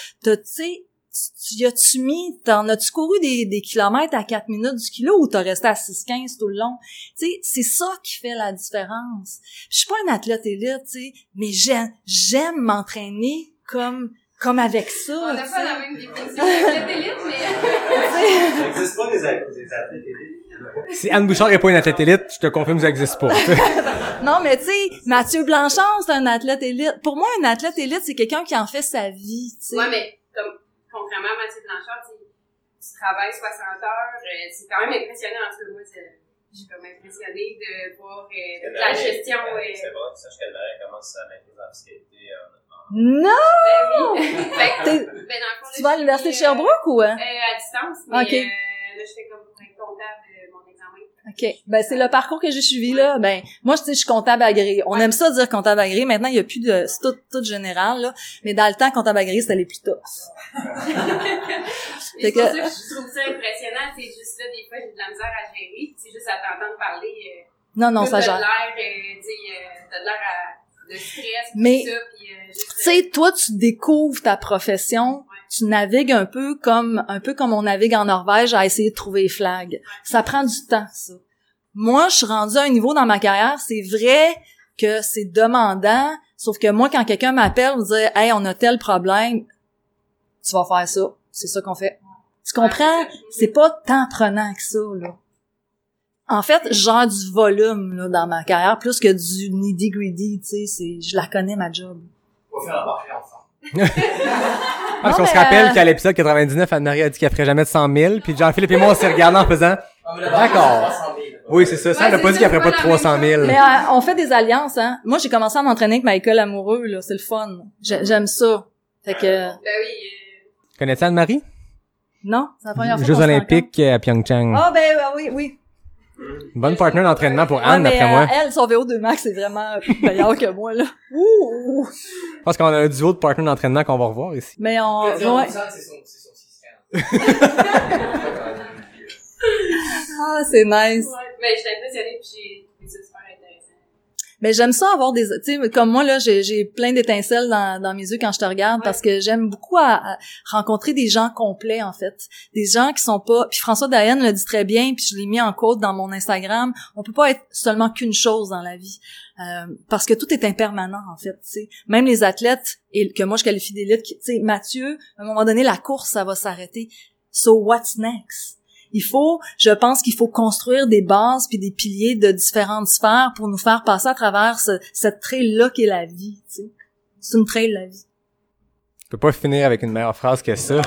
T'en as-tu couru des kilomètres à 4 minutes du kilo ou t'as resté à 6,15 tout le long? Tu sais, c'est ça qui fait la différence. Puis, je suis pas un athlète élite, tu sais, mais j'aime m'entraîner comme avec ça. On n'a pas la même définition d'athlète élite, mais... Ça n'existe pas des athlètes élites. Si Anne Bouchard n'est pas une athlète élite, je te confirme que ça n'existe pas. Non, mais tu sais, Mathieu Blanchard, c'est un athlète élite. Pour moi, un athlète élite, c'est quelqu'un qui en fait sa vie, tu sais. Ouais, mais contrairement à Mathieu Blanchard, tu travailles 60 heures, c'est quand même impressionnant. En tout cas, moi, j'ai comme impressionné de voir la gestion. C'est bon, tu saches qu'elle commence à mettre en fiscalité. Non! Ben oui. Dans le fond, tu vas à l'université de Sherbrooke ou? À distance, mais okay. Là, je fais comme pour être comptable mon examen. OK. Ben, c'est le parcours que j'ai suivi, là. Ben, moi, tu sais, je suis comptable agréé. On aime ça dire comptable agréé. Maintenant, il y a plus de, c'est tout général, là. Mais dans le temps, comptable agréé, c'était les plus tough. C'est pour ça que je trouve ça impressionnant. C'est juste là, des fois, j'ai de la misère à gérer. C'est juste à t'entendre parler. Non, ça gère. T'as de l'air de stress, mais, tout ça. Tu sais, toi, tu découvres ta profession. Tu navigues un peu comme on navigue en Norvège à essayer de trouver les flags. Ça prend du temps, ça. Moi, je suis rendue à un niveau dans ma carrière, c'est vrai que c'est demandant, sauf que moi, quand quelqu'un m'appelle me dit « Hey, on a tel problème », tu vas faire ça. C'est ça qu'on fait. Tu comprends? C'est pas tant prenant que ça, là. En fait, genre du volume, là, dans ma carrière, plus que du nitty-gritty, tu sais, je la connais, ma job. On va faire un marché ensemble. Parce qu'on se rappelle qu'à l'épisode 99, Anne-Marie a dit qu'elle ferait jamais de 100 000, puis Jean-Philippe et moi, on s'est regardés en faisant d'accord. Oui, c'est ça. Ça, elle n'a pas dit qu'elle ferait pas de 300 000. Mais on fait des alliances, hein. Moi, j'ai commencé à m'entraîner avec Michael Amoureux, là. C'est le fun. J'aime ça. Fait que... Ben oui. Connais-tu Anne-Marie? Non, c'est la première fois. Jeux olympiques à Pyeongchang. Ah, ben oui. Bonne partenaire d'entraînement pour Anne, mais, d'après moi. Elle, son VO2 max, c'est vraiment meilleur que moi, là. Ouh! Je pense qu'on a un duo de partenaires d'entraînement qu'on va revoir ici. Mais on... C'est son 640. Ah, c'est nice. Ouais, mais j'étais impressionnée pis j'ai trouvé ça super intéressant. Mais j'aime ça avoir des, tu sais, comme moi, là, j'ai plein d'étincelles dans mes yeux quand je te regarde parce que j'aime beaucoup à rencontrer des gens complets, en fait. Des gens qui sont pas, puis François Dayen le dit très bien, puis je l'ai mis en quote dans mon Instagram, on peut pas être seulement qu'une chose dans la vie. Parce que tout est impermanent, en fait, tu sais. Même les athlètes, et que moi je qualifie d'élite, tu sais, Mathieu, à un moment donné, la course, ça va s'arrêter. So what's next? Je pense qu'il faut construire des bases puis des piliers de différentes sphères pour nous faire passer à travers cette trail-là qu'est la vie, tu sais. C'est une trail, la vie. Je peux pas finir avec une meilleure phrase que ça.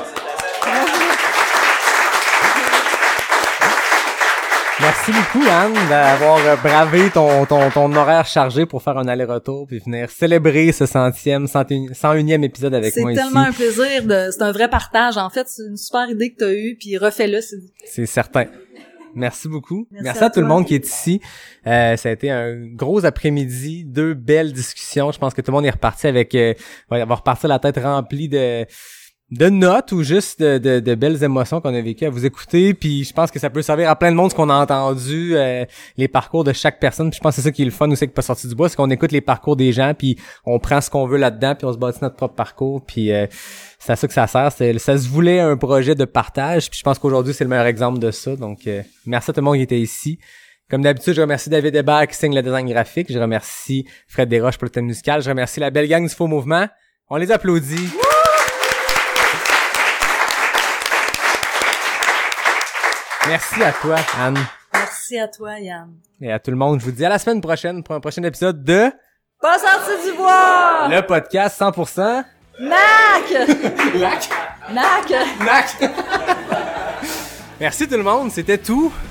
Merci beaucoup, Anne, d'avoir bravé ton horaire chargé pour faire un aller-retour puis venir célébrer ce 101e épisode avec moi ici. C'est tellement un plaisir c'est un vrai partage. En fait, c'est une super idée que t'as eue puis refais-le. C'est certain. Merci beaucoup. Merci à tout le monde qui est ici. Ça a été un gros après-midi, 2 belles discussions. Je pense que tout le monde est reparti avec, va repartir la tête remplie de notes ou juste de belles émotions qu'on a vécues à vous écouter, puis je pense que ça peut servir à plein de monde ce qu'on a entendu, les parcours de chaque personne, puis je pense que c'est ça qui est le fun aussi avec Pas sorti du bois, c'est qu'on écoute les parcours des gens, puis on prend ce qu'on veut là-dedans, puis on se bâtit notre propre parcours, puis c'est à ça que ça sert, ça se voulait un projet de partage, puis je pense qu'aujourd'hui c'est le meilleur exemple de ça, donc merci à tout le monde qui était ici. Comme d'habitude, je remercie David Hébert qui signe le design graphique, je remercie Fred Desroches pour le thème musical, je remercie la belle gang du Faux Mouvement, on les applaudit. Merci à toi, Anne. Merci à toi, Yann. Et à tout le monde, je vous dis à la semaine prochaine pour un prochain épisode de Pas sorti du bois! Le podcast 100% NAC! NAC! NAC! NAC! Merci tout le monde, c'était tout.